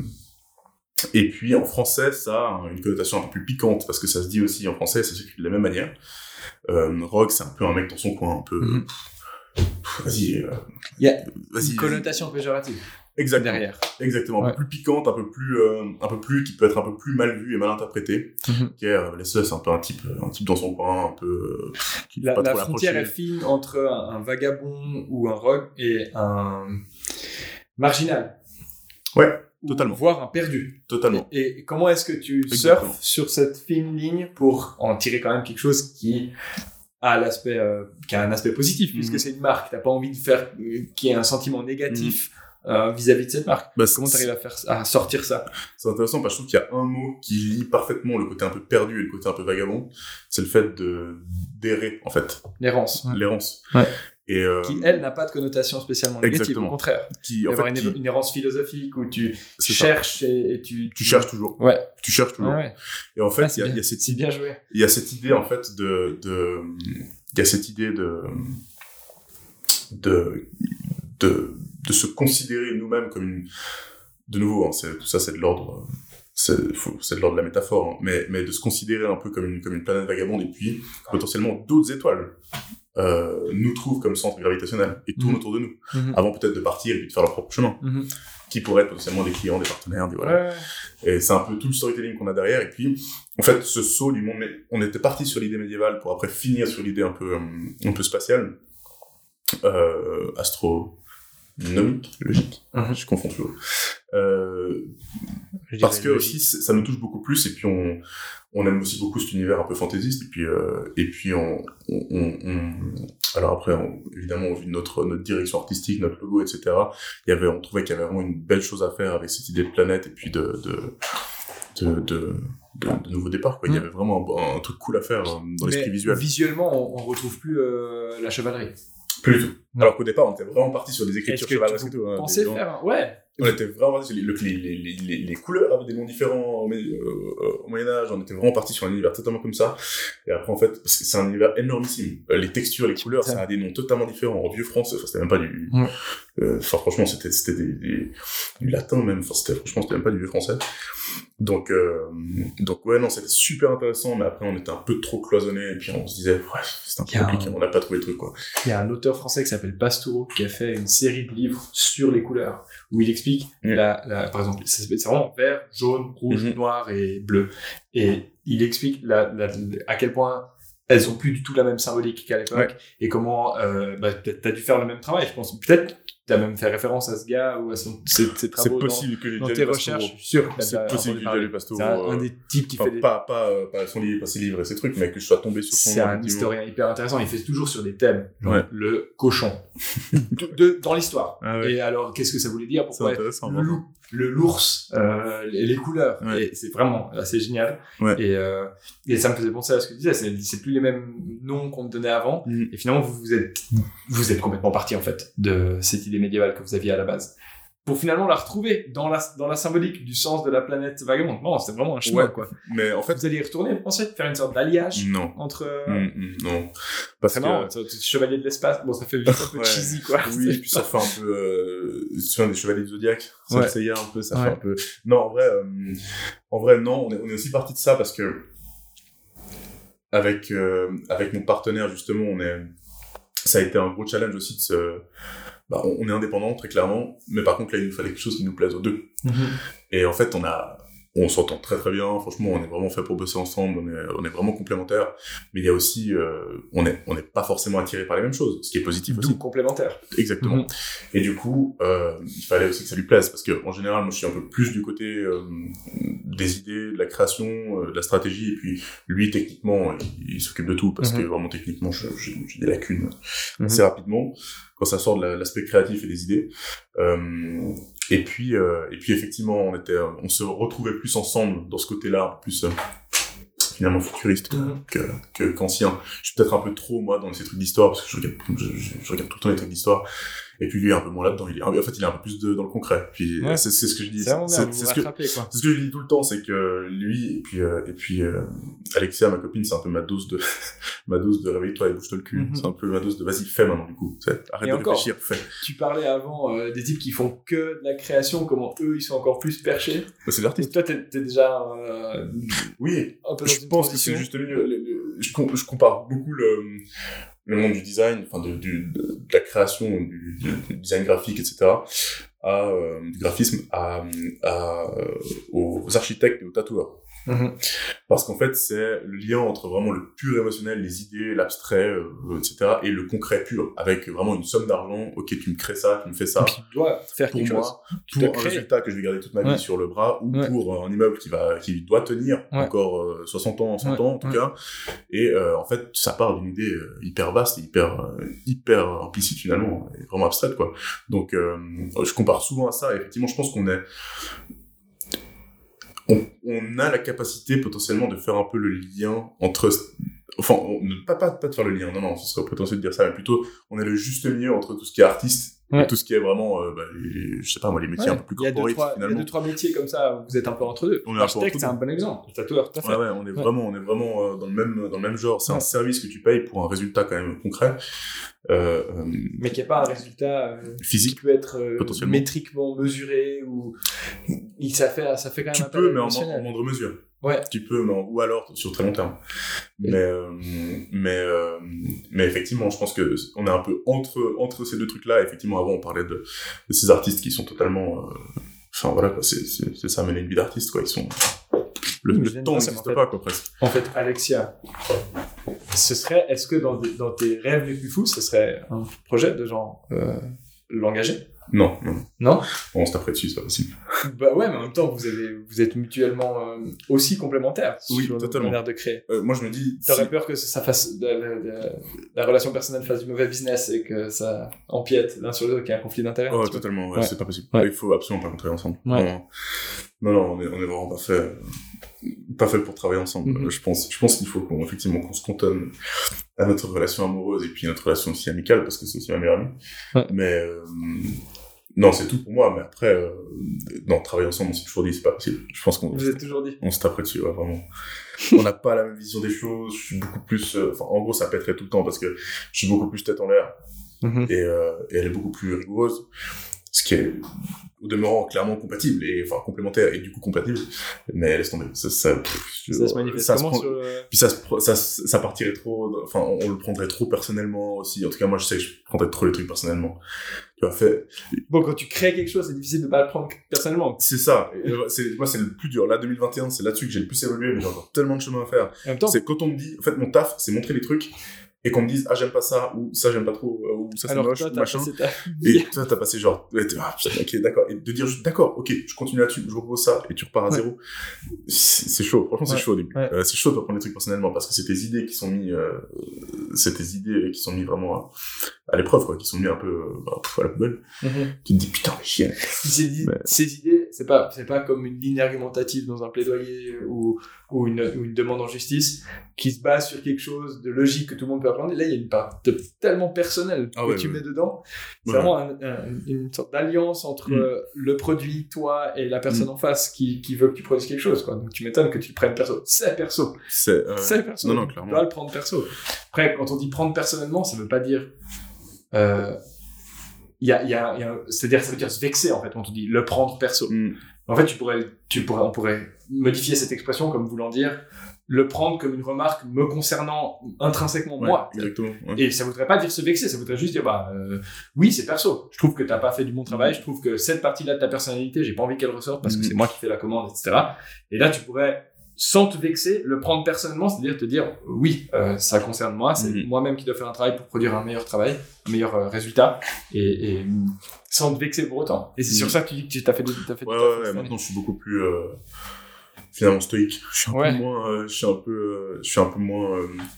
et puis en français, ça a une connotation un peu plus piquante parce que ça se dit aussi en français, ça s'écrit de la même manière. Rogue, c'est un peu un mec dans son coin, un peu. Vas-y. Il y a une connotation péjorative. Exactement. Derrière. Exactement. Un peu plus piquante, un peu plus, qui peut être un peu plus mal vu et mal interprété. Qui est, c'est un peu un type dans son coin, un peu. La frontière est fine entre un vagabond ou un rogue et un marginal. Ouais. Totalement. Voire un perdu. Totalement. Et comment est-ce que tu surfes sur cette fine ligne pour en tirer quand même quelque chose qui a un aspect positif, puisque c'est une marque. T'as pas envie de faire qu'il y ait un sentiment négatif vis-à-vis de cette marque. Comment t'arrives à sortir ça? C'est intéressant parce que je trouve qu'il y a un mot qui lie parfaitement le côté un peu perdu et le côté un peu vagabond. C'est le fait d'errer, en fait. L'errance. L'errance. Ouais. Et qui, elle, n'a pas de connotation spécialement négative, au contraire. Une errance philosophique où tu cherches et tu cherches toujours. Ouais. Tu cherches toujours. Ouais. Et en fait, il y a cette c'est bien joué. Il y a cette idée, en fait, il y a cette idée de se considérer nous-mêmes comme une, de nouveau, tout ça, c'est de l'ordre, c'est de l'ordre de la métaphore, hein, mais de se considérer un peu comme une planète vagabonde et puis, potentiellement, d'autres étoiles nous trouvent comme centre gravitationnel et tournent autour de nous avant peut-être de partir et puis de faire leur propre chemin qui pourraient être potentiellement des clients, des partenaires, et c'est un peu tout le storytelling qu'on a derrière. Et puis en fait ce saut du monde, on était parti sur l'idée médiévale pour après finir sur l'idée un peu spatiale, astronomique, logique, je confonds toujours, parce que aussi ça nous touche beaucoup plus et puis on aime aussi beaucoup cet univers un peu fantaisiste et puis alors après évidemment au vu de notre direction artistique, notre logo, etc. On trouvait qu'il y avait vraiment une belle chose à faire avec cette idée de planète et puis de nouveaux départs, quoi. Il y avait vraiment un truc cool à faire dans l'esprit visuel. Visuellement, on retrouve plus la chevalerie. Plus du tout. Alors qu'au départ, on était vraiment parti sur des écritures chevaleresques et tout. Pensez faire ouais. On était vraiment les couleurs avaient des noms différents au Moyen-Âge. On était vraiment parti sur un univers totalement comme ça. Et après, en fait, parce que c'est un univers énormissime. Les textures, les couleurs, ça a des noms totalement différents. En vieux français, c'était même pas du... franchement, c'était du latin même. Franchement, c'était même pas du vieux français. Donc ouais, non, c'était super intéressant, mais après, on était un peu trop cloisonné, et puis on se disait, c'est un peu compliqué, on n'a pas trouvé le truc, quoi. Il y a un auteur français qui s'appelle Pastoureau, qui a fait une série de livres sur les couleurs, où il explique par exemple, c'est vraiment vert, jaune, rouge, noir et bleu. Et il explique à quel point elles ont plus du tout la même symbolique qu'à l'époque, et comment, t'as dû faire le même travail, je pense. Peut-être, t'as même fait référence à ce gars ou à ses travaux. C'est possible que j'ai dans déjà tes lu recherches, je suis sûr que c'est possible que j'ai déjà lu Pastoureau. C'est un des types qui fait des... Pas son livre, pas ses livres et ses trucs, mais que je sois tombé sur son... C'est un historien hyper intéressant, il fait toujours sur des thèmes, genre le cochon, dans l'histoire. Et alors, qu'est-ce que ça voulait dire? Pourquoi le loup, l'ours, les couleurs. Et c'est vraiment assez génial. Et ça me faisait penser à ce que tu disais, c'est plus les mêmes noms qu'on te donnait avant. Et finalement, vous êtes complètement parti, en fait, de cette idée médiévale que vous aviez à la base. Pour finalement la retrouver dans la symbolique du sens de la planète vagabonde. Non, c'était vraiment un chemin, quoi. Mais en fait... Vous allez y retourner, vous pensez? Faire une sorte d'alliage? Entre... Non. Parce que... Chevalier de l'espace, bon, ça fait vite un peu cheesy, quoi. Oui, et puis ça fait un peu... tu te souviens des Chevaliers du Zodiac? Ça fait un peu, ça fait un peu... Non, en vrai, non, on est aussi parti de ça parce que avec mon partenaire, justement, ça a été un gros challenge aussi de se... on est indépendant, très clairement, mais par contre, là, il nous fallait quelque chose qui nous plaise aux deux. Et en fait, on s'entend très très bien, franchement, on est vraiment fait pour bosser ensemble, on est vraiment complémentaires, mais il y a aussi, on n'est pas forcément attirés par les mêmes choses, ce qui est positif aussi. D'où complémentaire. Exactement. Et du coup, il fallait aussi que ça lui plaise, parce que en général, moi, je suis un peu plus du côté des idées, de la création, de la stratégie, et puis lui, techniquement, il s'occupe de tout, parce que vraiment, techniquement, j'ai des lacunes assez rapidement, quand ça sort de l'aspect créatif et des idées. Et puis effectivement, on se retrouvait plus ensemble dans ce côté-là, plus finalement futuriste qu'ancien. Je suis peut-être un peu trop, moi, dans ces trucs d'histoire, parce que je regarde tout le temps les trucs d'histoire. Et puis lui, il est un peu moins là-dedans. En fait, il est un peu plus dans le concret. Puis c'est ce que je dis. C'est ce que je dis tout le temps, c'est que lui, et puis Alexia, ma copine, c'est un peu ma dose de réveille-toi et bouge-toi le cul. C'est un peu ma dose de vas-y, fais maintenant, du coup. Arrête de réfléchir, fais. Tu parlais avant des types qui font que de la création, comment eux, ils sont encore plus perchés. C'est l'artiste. Et toi, t'es déjà oui, un peu je pense que c'est juste je compare beaucoup le monde du design, enfin de la création, du design graphique, etc., du graphisme aux architectes et aux tatoueurs. Parce qu'en fait, c'est le lien entre vraiment le pur émotionnel, les idées, l'abstrait, etc., et le concret pur, avec vraiment une somme d'argent. Ok, tu me crées ça, tu me fais ça. Et puis tu dois faire pour quelque moi, chose. Pour un résultat que je vais garder toute ma vie sur le bras, ou pour un immeuble qui doit tenir encore 60 ans, 100 ans en tout cas. Et en fait, ça part d'une idée hyper vaste et hyper implicite finalement, et vraiment abstraite, quoi. Donc, je compare souvent à ça. Et effectivement, je pense qu'on a la capacité potentiellement de faire un peu le lien entre... Enfin, pas de faire le lien, non, ce serait prétentieux de dire ça, mais plutôt, on est le juste milieu entre tout ce qui est artiste et tout ce qui est vraiment, je sais pas moi, les métiers un peu plus corporate, finalement. Il y a 2-3 métiers comme ça, où vous êtes un peu entre deux. L'architecte, c'est un bon exemple. Le tatoueur, tout à fait. Ouais, on est vraiment dans le même genre. C'est un service que tu payes pour un résultat quand même concret. Mais qui n'est pas un résultat physique, qui peut être métriquement mesuré, ou ça fait quand même tu peux, mais en moindre mesure. Tu peux, ou alors sur très long terme. Mais effectivement, je pense que on est un peu entre ces deux trucs-là. Effectivement, avant, on parlait de ces artistes qui sont totalement, enfin voilà, quoi, c'est ça, mener une vie d'artiste, quoi. Ils sont, le temps n'existe pas, quoi, presque. En fait, Alexia, est-ce que dans tes rêves les plus fous, ce serait un projet de genre l'engager? Non. On se taperait dessus, c'est pas possible. Bah ouais, mais en même temps, vous êtes mutuellement aussi complémentaires sur votre manière de créer. Moi, je me dis... T'aurais peur que ça fasse... la relation personnelle fasse du mauvais business et que ça empiète l'un sur l'autre, qu'il y ait un conflit d'intérêts? Oh, totalement, ouais. C'est pas possible. Il faut absolument pas qu'on travaille ensemble. Non, on est vraiment pas fait pour travailler ensemble. Je pense qu'il faut qu'on se cantonne à notre relation amoureuse et puis notre relation aussi amicale, parce que c'est aussi ma meilleure amie. Non, c'est tout pour moi, mais après, non, travailler ensemble, on s'est toujours dit, c'est pas possible. Je pense qu'on... Vous êtes toujours dit. On se taperait dessus, ouais, vraiment. On n'a pas la même vision des choses, je suis beaucoup plus... Enfin, en gros, ça pèterait tout le temps, parce que je suis beaucoup plus tête en l'air, et elle est beaucoup plus rigoureuse, ce qui est, au demeurant, clairement compatible, et enfin, complémentaire, et du coup compatible, mais laisse tomber. Ça se manifeste comment sur le... Puis ça partirait trop... Enfin, on le prendrait trop personnellement aussi. En tout cas, moi, je sais que je prendrais trop les trucs personnellement. Tu vois, Bon, quand tu crées quelque chose, c'est difficile de pas le prendre personnellement. C'est ça. Moi, c'est le plus dur. Là, 2021, c'est là-dessus que j'ai le plus évolué, mais j'ai encore tellement de chemin à faire. En même temps, c'est quand on me dit, en fait, mon taf, c'est montrer les trucs, et qu'on me dise, ah, j'aime pas ça, ou ça, j'aime pas trop, ou ça, c'est moche, ou machin. Et toi, t'as passé genre, ok, d'accord. Et de dire, d'accord, ok, je continue là-dessus, je repose ça, et tu repars à zéro. C'est chaud. Franchement, c'est chaud au début. C'est chaud de prendre les trucs personnellement, parce que c'est tes idées qui sont mis, vraiment à l'épreuve, quoi, qui sont mis un peu, à la poubelle. Tu te dis, putain, mais chienne. Ces idées, c'est pas comme une ligne argumentative dans un plaidoyer ou une demande en justice qui se base sur quelque chose de logique que tout le monde peut apprendre. Et là, il y a une part tellement personnelle que tu mets dedans. C'est vraiment une sorte d'alliance entre le produit, toi, et la personne en face qui veut que tu produises quelque chose, quoi. Donc, tu m'étonnes que tu le prennes perso. C'est perso. C'est perso. Non, clairement. Tu dois le prendre perso. Après, quand on dit prendre personnellement, ça veut pas dire... c'est-à-dire, ça veut dire se vexer, en fait, quand on dit le prendre perso. En fait, on pourrait modifier cette expression comme voulant dire le prendre comme une remarque me concernant intrinsèquement moi. Exactement. Ouais. Et ça voudrait pas dire se vexer, ça voudrait juste dire, oui, c'est perso. Je trouve que t'as pas fait du bon travail, je trouve que cette partie-là de ta personnalité, j'ai pas envie qu'elle ressorte parce que c'est moi qui fais la commande, etc. Et là, tu pourrais, sans te vexer, le prendre personnellement, c'est-à-dire te dire, oui, ça concerne moi, c'est moi-même qui dois faire un travail pour produire un meilleur travail, un meilleur résultat, et sans te vexer pour autant. Et c'est sur ça que tu dis que tu t'as fait ouais, maintenant je suis beaucoup plus finalement stoïque. Je suis un peu moins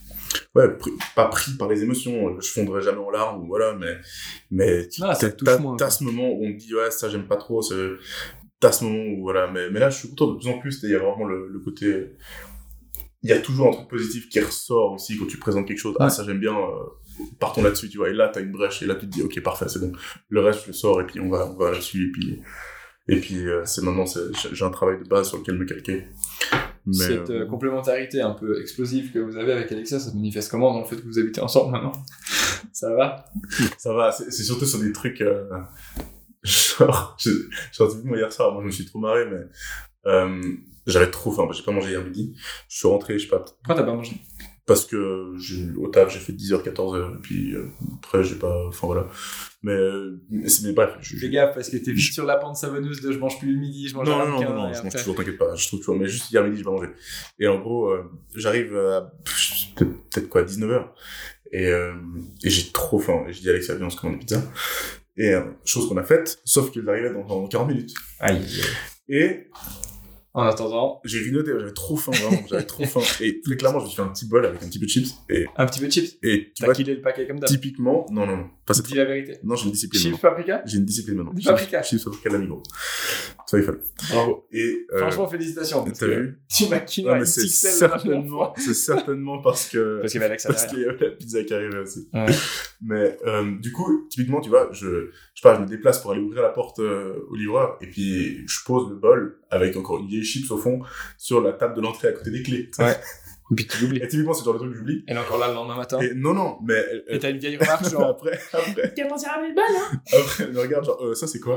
pas pris par les émotions. Je fondrai jamais en larmes, ou voilà, mais t'as ce moment où on me dit ouais, ça j'aime pas trop, t'as ce moment où voilà, mais là je suis content de plus en plus. Il y a vraiment le côté, il y a toujours un truc positif qui ressort aussi quand tu présentes quelque chose. Ah, ça j'aime bien, partons là-dessus, tu vois. Et là t'as une brèche, et là tu te dis ok, parfait, c'est bon, le reste je le sors, et puis on va là-dessus, et puis j'ai un travail de base sur lequel me calquer. Mais, cette complémentarité un peu explosive que vous avez avec Alexia, ça se manifeste comment dans le fait que vous habitez ensemble maintenant? Ça va? Ça va, c'est surtout sur des trucs genre typiquement hier soir, moi je me suis trop marré, mais j'avais trop faim, j'ai pas mangé hier midi, je suis rentré, je sais pas... Pourquoi t'as pas mangé? Parce que au taf j'ai fait 10h, 14h, et puis après j'ai pas... Enfin voilà. Mais bref. Fais gaffe, parce que t'es vite sur la pente savonneuse de je mange plus le midi, je mange un ramequin. Non, je mange toujours, t'inquiète pas, je trouve toujours, mais juste hier midi j'ai pas mangé. Et en gros, j'arrive à peut-être quoi, 19h, et j'ai trop faim, et je dis à Alexia, viens on se commande une pizza. Et chose qu'on a faite, sauf qu'ils arrivaient dans 40 minutes. Aïe. Et en attendant, j'ai grignoté, j'avais trop faim, vraiment, j'avais trop faim. Et très clairement, je me suis fait un petit bol avec un petit peu de chips. Un petit peu de chips? Et tu vois, killé le paquet comme d'hab. Typiquement, non. Pas cette fois. Dis la vérité. Non, j'ai une discipline. Chips paprika? J'ai une discipline maintenant. Paprika. Chips paprika de l'amigo. Ça, il fallait. Bravo. Et, franchement, félicitations. T'as vu? Tu m'as killé un c'est certainement parce qu'il y avait la pizza qui arrivait aussi. Ouais. Mais, du coup, typiquement, tu vois, je me déplace pour aller ouvrir la porte au livreur, et puis je pose le bol avec encore une vieille chips au fond sur la table de l'entrée à côté des clés. Ouais. Et puis tu l'oublies. Et typiquement, c'est le genre de truc que j'oublie. Elle est encore là le lendemain matin. Et non, mais... Et t'as une vieille remarque, genre... après... T'as pensé à ramener le bol, hein? Après, elle me regarde, genre, ça c'est quoi?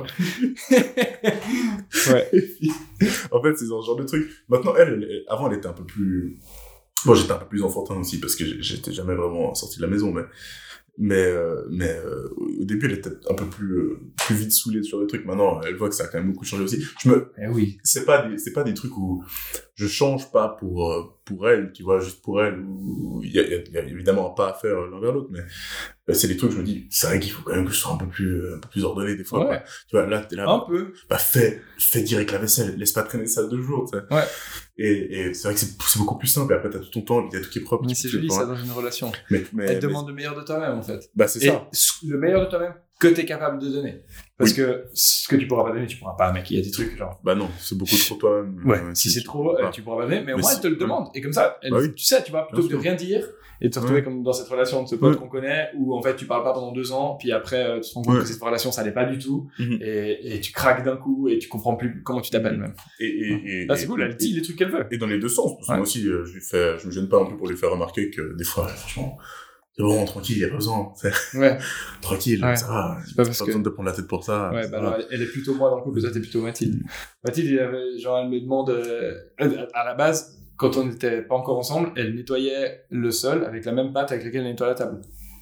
Ouais. Et puis, en fait, c'est ce genre de truc. Maintenant, avant, elle était un peu plus... Bon, j'étais un peu plus enfantin aussi, parce que j'étais jamais vraiment sorti de la maison, mais au début, elle était un peu plus vite saoulée sur des trucs. Maintenant, elle voit que ça a quand même beaucoup changé aussi. Oui. C'est pas des trucs où je change pas pour elle, tu vois, juste pour elle, où il y a évidemment pas à faire l'un vers l'autre, mais c'est des trucs que je me dis, c'est vrai qu'il faut quand même que je sois un peu plus ordonné des fois. Ouais. Tu vois, là, t'es là. Un peu. Fais direct la vaisselle, laisse pas traîner ça 2 jours, tu sais. Ouais. Et c'est vrai que c'est beaucoup plus simple, et après t'as tout ton temps, il y a tout qui est propre. Mais c'est joli ça dans une relation. Mais elle demande le meilleur de toi-même en fait. Bah c'est ça. Le meilleur de toi-même, que t'es capable de donner. Parce que ce que tu pourras pas donner, tu pourras pas, mec. Il y a des trucs genre. Bah non, c'est beaucoup trop toi-même. Ouais. Si c'est trop, tu pourras pas donner. Mais au moins, elle te le demande. Et comme ça, tu sais, tu vois, plutôt que de rien dire et de te retrouver comme dans cette relation de ce pote qu'on connaît, où en fait, tu parles pas pendant 2 ans, puis après, tu te rends compte que cette relation, ça allait pas du tout, et tu craques d'un coup, et tu comprends plus comment tu t'appelles même. Et c'est cool, elle dit les trucs qu'elle veut. Et dans les deux sens, parce que moi aussi, je me gêne pas non plus pour lui faire remarquer que des fois, franchement, c'est bon, tranquille, y a pas besoin. Tranquille, ça va. C'est pas besoin de te prendre la tête pour ça. Ouais, bah alors, elle est plutôt moi dans le couple, toi t'es plutôt Mathilde. Mathilde, elle me demande, à la base, quand on n'était pas encore ensemble, elle nettoyait le sol avec la même pâte avec laquelle elle nettoie la table.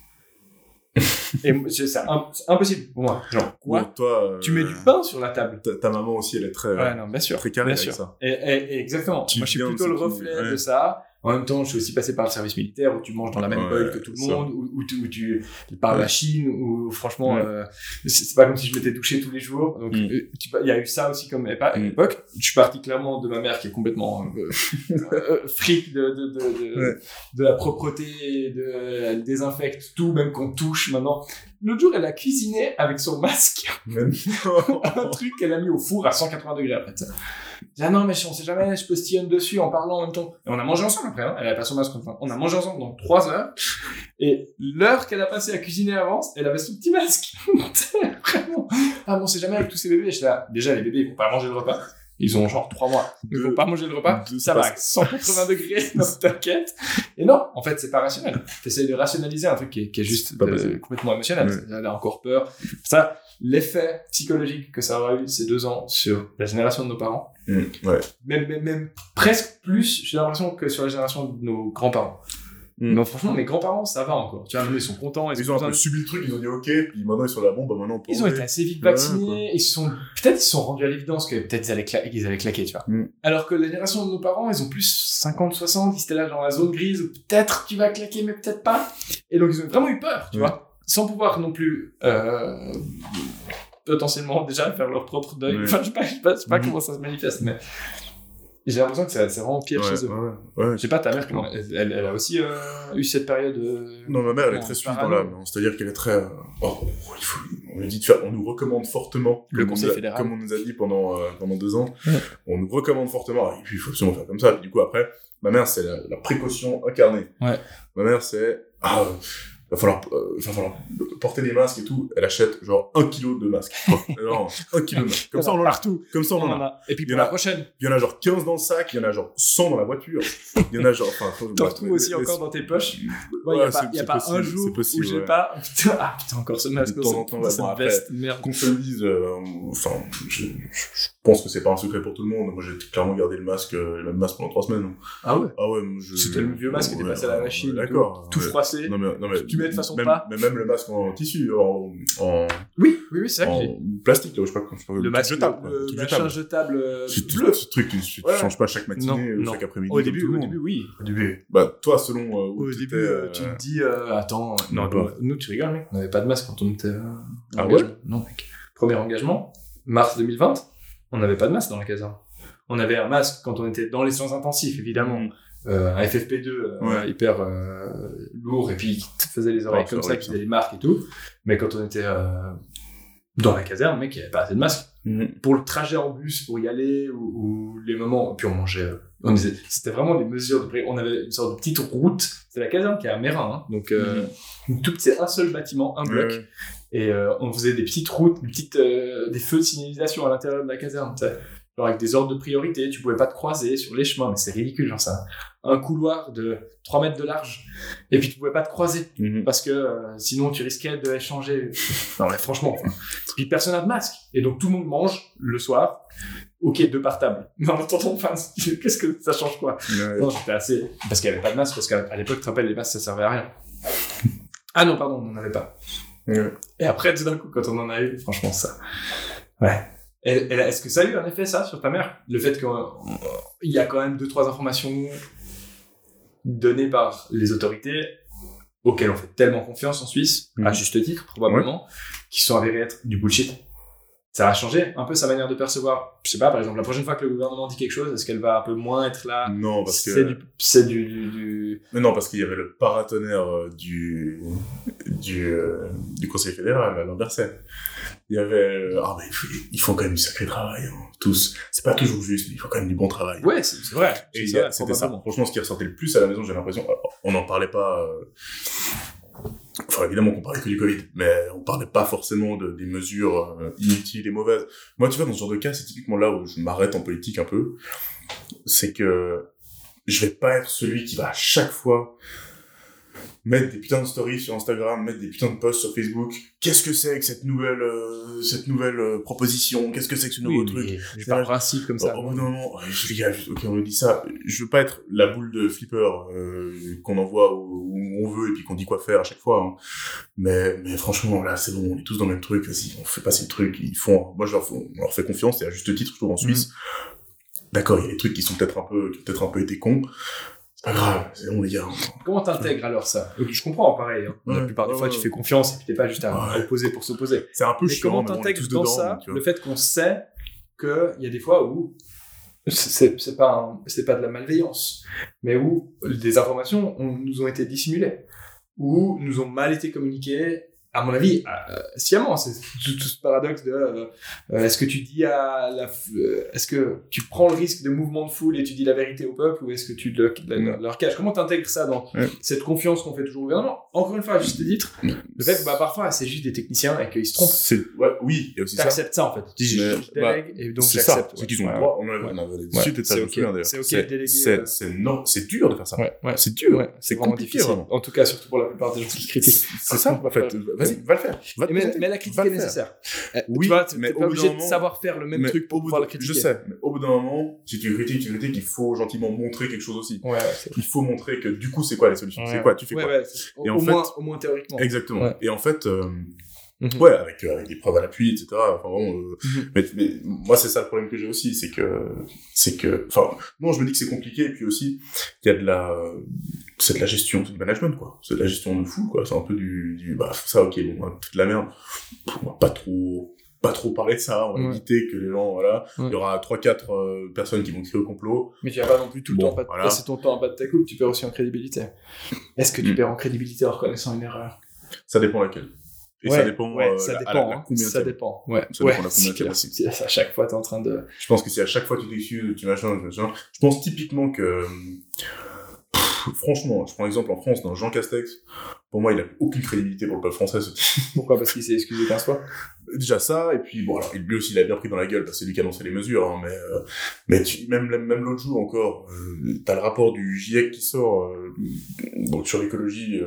Et c'est impossible pour moi. Genre, quoi? Toi, tu mets du pain sur la table. Ta maman aussi, elle est très, bien sûr, très carrée bien avec sûr. ça. Et exactement. Moi, je suis plutôt le reflet de ça. En même temps, je suis aussi passé par le service militaire où tu manges dans la même boîte que tout le monde, où tu par la Chine, où franchement, c'est pas comme si je m'étais douché tous les jours. Donc, il y a eu ça aussi comme époque. Je suis parti clairement de ma mère qui est complètement fric de la propreté, elle désinfecte tout, même qu'on touche maintenant. L'autre jour, elle a cuisiné avec son masque. Un truc qu'elle a mis au four à 180 degrés après ça. Ah non, mais on sait jamais, je postillonne dessus en parlant en même temps. Et on a mangé ensemble après, hein. Elle avait pas son masque. On a mangé ensemble dans 3 heures. Et l'heure qu'elle a passé à cuisiner avant, elle avait son petit masque. Vraiment. Ah bon, on sait jamais avec tous ces bébés. Déjà, les bébés, ils vont pas manger le repas. Ils ont genre 3 mois. Ils vont pas manger le repas. Ça va à 180 degrés, non, t'inquiète. Et non, en fait, c'est pas rationnel. T'essayes de rationaliser un truc qui est juste complètement émotionnel. Elle a encore peur. Ça, l'effet psychologique que ça aura eu ces 2 ans sur la génération de nos parents, même presque plus, j'ai l'impression, que sur la génération de nos grands-parents. Mais franchement, mes grands-parents, ça va encore. Tu vois, ils sont contents. Ils ont un peu subi le truc, ils ont dit ok, puis maintenant ils sont là, bon, bah maintenant on peut. Ils ont été assez vite vaccinés, peut-être ils se sont rendus à l'évidence que peut-être ils allaient claquer, tu vois. Alors que la génération de nos parents, ils ont plus 50, 60, ils étaient là dans la zone grise, où peut-être tu vas claquer, mais peut-être pas. Et donc ils ont vraiment eu peur, tu vois. Sans pouvoir non plus, potentiellement déjà faire leur propre deuil. Enfin, je sais pas comment ça se manifeste, mais j'ai l'impression que c'est vraiment pire chez eux. Je sais pas, ta mère, elle a aussi eu cette période. Non, ma mère, elle est très suivie dans l'âme. C'est-à-dire qu'elle est très. On nous recommande fortement. Le conseil fédéral. Comme on nous a dit pendant 2 ans. On nous recommande fortement. Et puis, il faut absolument faire comme ça. Puis, du coup, après, ma mère, c'est la précaution incarnée. Ma mère, c'est. Va falloir porter des masques et tout. Elle achète genre 1 kilo de masques. Non, 1 kilo de masques. Comme ça, on en a partout. Comme ça, on en a. Et puis, pour la prochaine. Il y en a genre 15 dans le sac, il y en a genre 100 dans la voiture. Il y en a genre, t'en retrouves aussi encore dans tes poches. Il y a pas un jour où j'ai pas, putain, encore ce masque. De temps en temps, cette veste, merde. Qu'on se le dise, je pense que c'est pas un secret pour tout le monde. Moi, j'ai clairement gardé le même masque pendant 3 semaines. Ah ouais? Ah ouais, c'était le vieux masque qui était passé à la machine. D'accord. Tout froissé. Non, mais tu mets de façon pas. Mais même le masque en tissu, Oui, c'est ça que j'ai. En plastique, là, je sais pas comment le masque jetable. Le machin jetable bleu. Ce truc, tu changes pas chaque matinée ou chaque après-midi. Au début, oui. Au début. Bah, toi, selon au début, tu te dis, attends, non, nous, tu rigoles, mec. On n'avait pas de masque quand on était ah ouais? Non, mec. Premier engagement, mars 2020, on n'avait pas de masque dans la caserne. On avait un masque quand on était dans les soins intensifs, évidemment. Un FFP2 hyper lourd, et puis qui te faisait les oreilles comme ça, qui faisait les marques et tout. Mais quand on était dans la caserne, mec, il n'y avait pas assez de masque. Pour le trajet en bus, pour y aller, ou les moments, puis on mangeait, c'était vraiment des mesures on avait une sorte de petite route. C'est la caserne qui est à Mérin, hein, donc c'est un seul bâtiment, un bloc, et on faisait des petites routes, des feux de signalisation à l'intérieur de la caserne, tu sais. Genre avec des ordres de priorité, tu pouvais pas te croiser sur les chemins, mais c'est ridicule, genre ça. Un couloir de 3 mètres de large, et puis tu pouvais pas te croiser, parce que sinon tu risquais d'échanger. Non mais franchement, puis personne n'a de masque, et donc tout le monde mange le soir. Ok, 2 par table. Mais en attendant, qu'est-ce que ça change quoi? Non, j'étais assez... Parce qu'il y avait pas de masque, parce qu'à l'époque, tu te rappelles, les masques, ça servait à rien. Ah non, pardon, on n'en avait pas. Et après, tout d'un coup, quand on en a eu, franchement, ça... Ouais. Est-ce que ça a eu un effet, ça, sur ta mère? Le fait qu'il y a quand même 2-3 informations données par les autorités, auxquelles on fait tellement confiance en Suisse, à juste titre, probablement, qui sont avérées être du bullshit. ça a changé un peu sa manière de percevoir. Je sais pas, par exemple, la prochaine fois que le gouvernement dit quelque chose, est-ce qu'elle va un peu moins être là? Non, parce que... C'est du... Mais non, parce qu'il y avait le paratonnerre du Conseil fédéral, Alain Berset. Il y avait... Ah, mais il faut quand même du sacré travail, hein, tous. C'est pas toujours juste, mais il faut quand même du bon travail. Ouais, c'est vrai. Et c'était ça. Franchement, ce qui ressortait le plus à la maison, j'ai l'impression... On n'en parlait pas... Enfin, évidemment qu'on parlait que du Covid, mais on parlait pas forcément des mesures inutiles et mauvaises. Moi, tu vois, dans ce genre de cas, c'est typiquement là où je m'arrête en politique un peu. C'est que je vais pas être celui qui va à chaque fois mettre des putains de stories sur Instagram, mettre des putains de posts sur Facebook. Qu'est-ce que c'est que cette nouvelle proposition? Qu'est-ce que c'est que ce nouveau truc? J'ai pas un principe comme ça. Non, les gars, ok, on me dit ça. Je veux pas être la boule de flipper qu'on envoie où on veut et puis qu'on dit quoi faire à chaque fois. Hein. Mais franchement, là, c'est bon, on est tous dans le même truc. Vas-y, on fait passer le truc. Moi, on leur fais confiance. Et à juste titre, je trouve, en Suisse. D'accord, il y a des trucs qui sont peut-être un peu été cons. C'est pas grave, c'est bon les gars. Comment t'intègres alors ça? Je comprends, pareil. Hein. La plupart des fois, tu fais confiance et puis t'es pas juste à opposer pour s'opposer. C'est un peu chiant. Mais comment t'intègres dans ça le fait qu'on sait qu'il y a des fois où c'est pas de la malveillance, mais où des informations nous ont été dissimulées, où nous ont mal été communiquées, à mon avis, sciemment. C'est tout ce paradoxe de est-ce que tu dis est-ce que tu prends le risque de mouvement de foule et tu dis la vérité au peuple, ou est-ce que tu leur caches? Comment t'intègres ça dans cette confiance qu'on fait toujours au gouvernement? Encore une fois, à juste titre, le fait que parfois c'est juste des techniciens et qu'ils se trompent. Oui, il y a aussi ça. T'acceptes ça en fait. Tu dis je délègue et donc c'est j'accepte. C'est qu'ils ont le droit. On avait discuté de ça. C'est ok de déléguer. C'est dur de faire ça. C'est dur. C'est vraiment compliqué, difficile. En tout cas, surtout pour la plupart des gens qui critiquent. C'est ça, en fait. Vas-y, va le faire. Mais la critique est nécessaire. Oui, tu vois, mais t'es pas obligé de savoir faire le même truc pour pouvoir le critiquer. Je sais, mais au bout d'un moment, si tu critiques, il faut gentiment montrer quelque chose aussi. Ouais, il faut montrer que du coup, c'est quoi les solutions? C'est quoi? Tu fais quoi? Et au moins théoriquement. Exactement. Ouais. Et en fait, avec des preuves à l'appui, etc. Enfin, vraiment, mais moi, c'est ça le problème que j'ai aussi, c'est que, enfin, non, je me dis que c'est compliqué, et puis aussi, il y a c'est de la gestion, c'est du management, quoi. C'est de la gestion de fou, quoi. C'est un peu ça, ok, bon, toute de la merde. On va pas trop parler de ça, on va éviter que les gens, voilà. Il y aura 3-4 personnes qui vont crier au complot. Mais tu vas pas non plus tout le temps passer ton temps en bas de ta coupe, tu perds aussi en crédibilité. Est-ce que tu perds en crédibilité en reconnaissant une erreur? Ça dépend laquelle. Et ça dépend. Ça dépend. Ouais. Ça dépend de la combien aussi. Si à chaque fois t'es en train de. Je pense que si à chaque fois tu t'excuses, tu machin. Je pense typiquement que. Franchement, je prends l'exemple en France d'un Jean Castex. Pour moi, il a aucune crédibilité pour le peuple français. Pourquoi? Parce qu'il s'est excusé 15 fois. Déjà ça, et puis bon, alors lui aussi, il a bien pris dans la gueule parce que c'est lui qui a annoncé les mesures. Hein, mais même l'autre jour encore, t'as le rapport du GIEC qui sort donc sur l'écologie.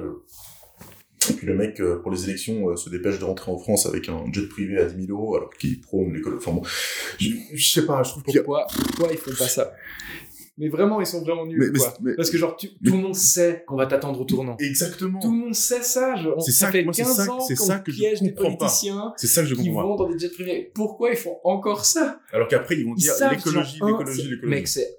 Et puis le mec, pour les élections, se dépêche de rentrer en France avec un jet privé à 10 000 euros, alors qu'il prône l'écologie. Enfin bon, je sais pas, je trouve pourquoi ils font pas ça? Mais vraiment, ils sont vraiment nuls, quoi. Parce que genre, tout le monde sait qu'on va t'attendre au tournant. Exactement. Tout le monde sait ça. Ça fait 15 ans qu'on piège des politiciens qui vont dans des jets privés. Pourquoi ils font encore ça? Alors qu'après, ils vont dire l'écologie. Mec, c'est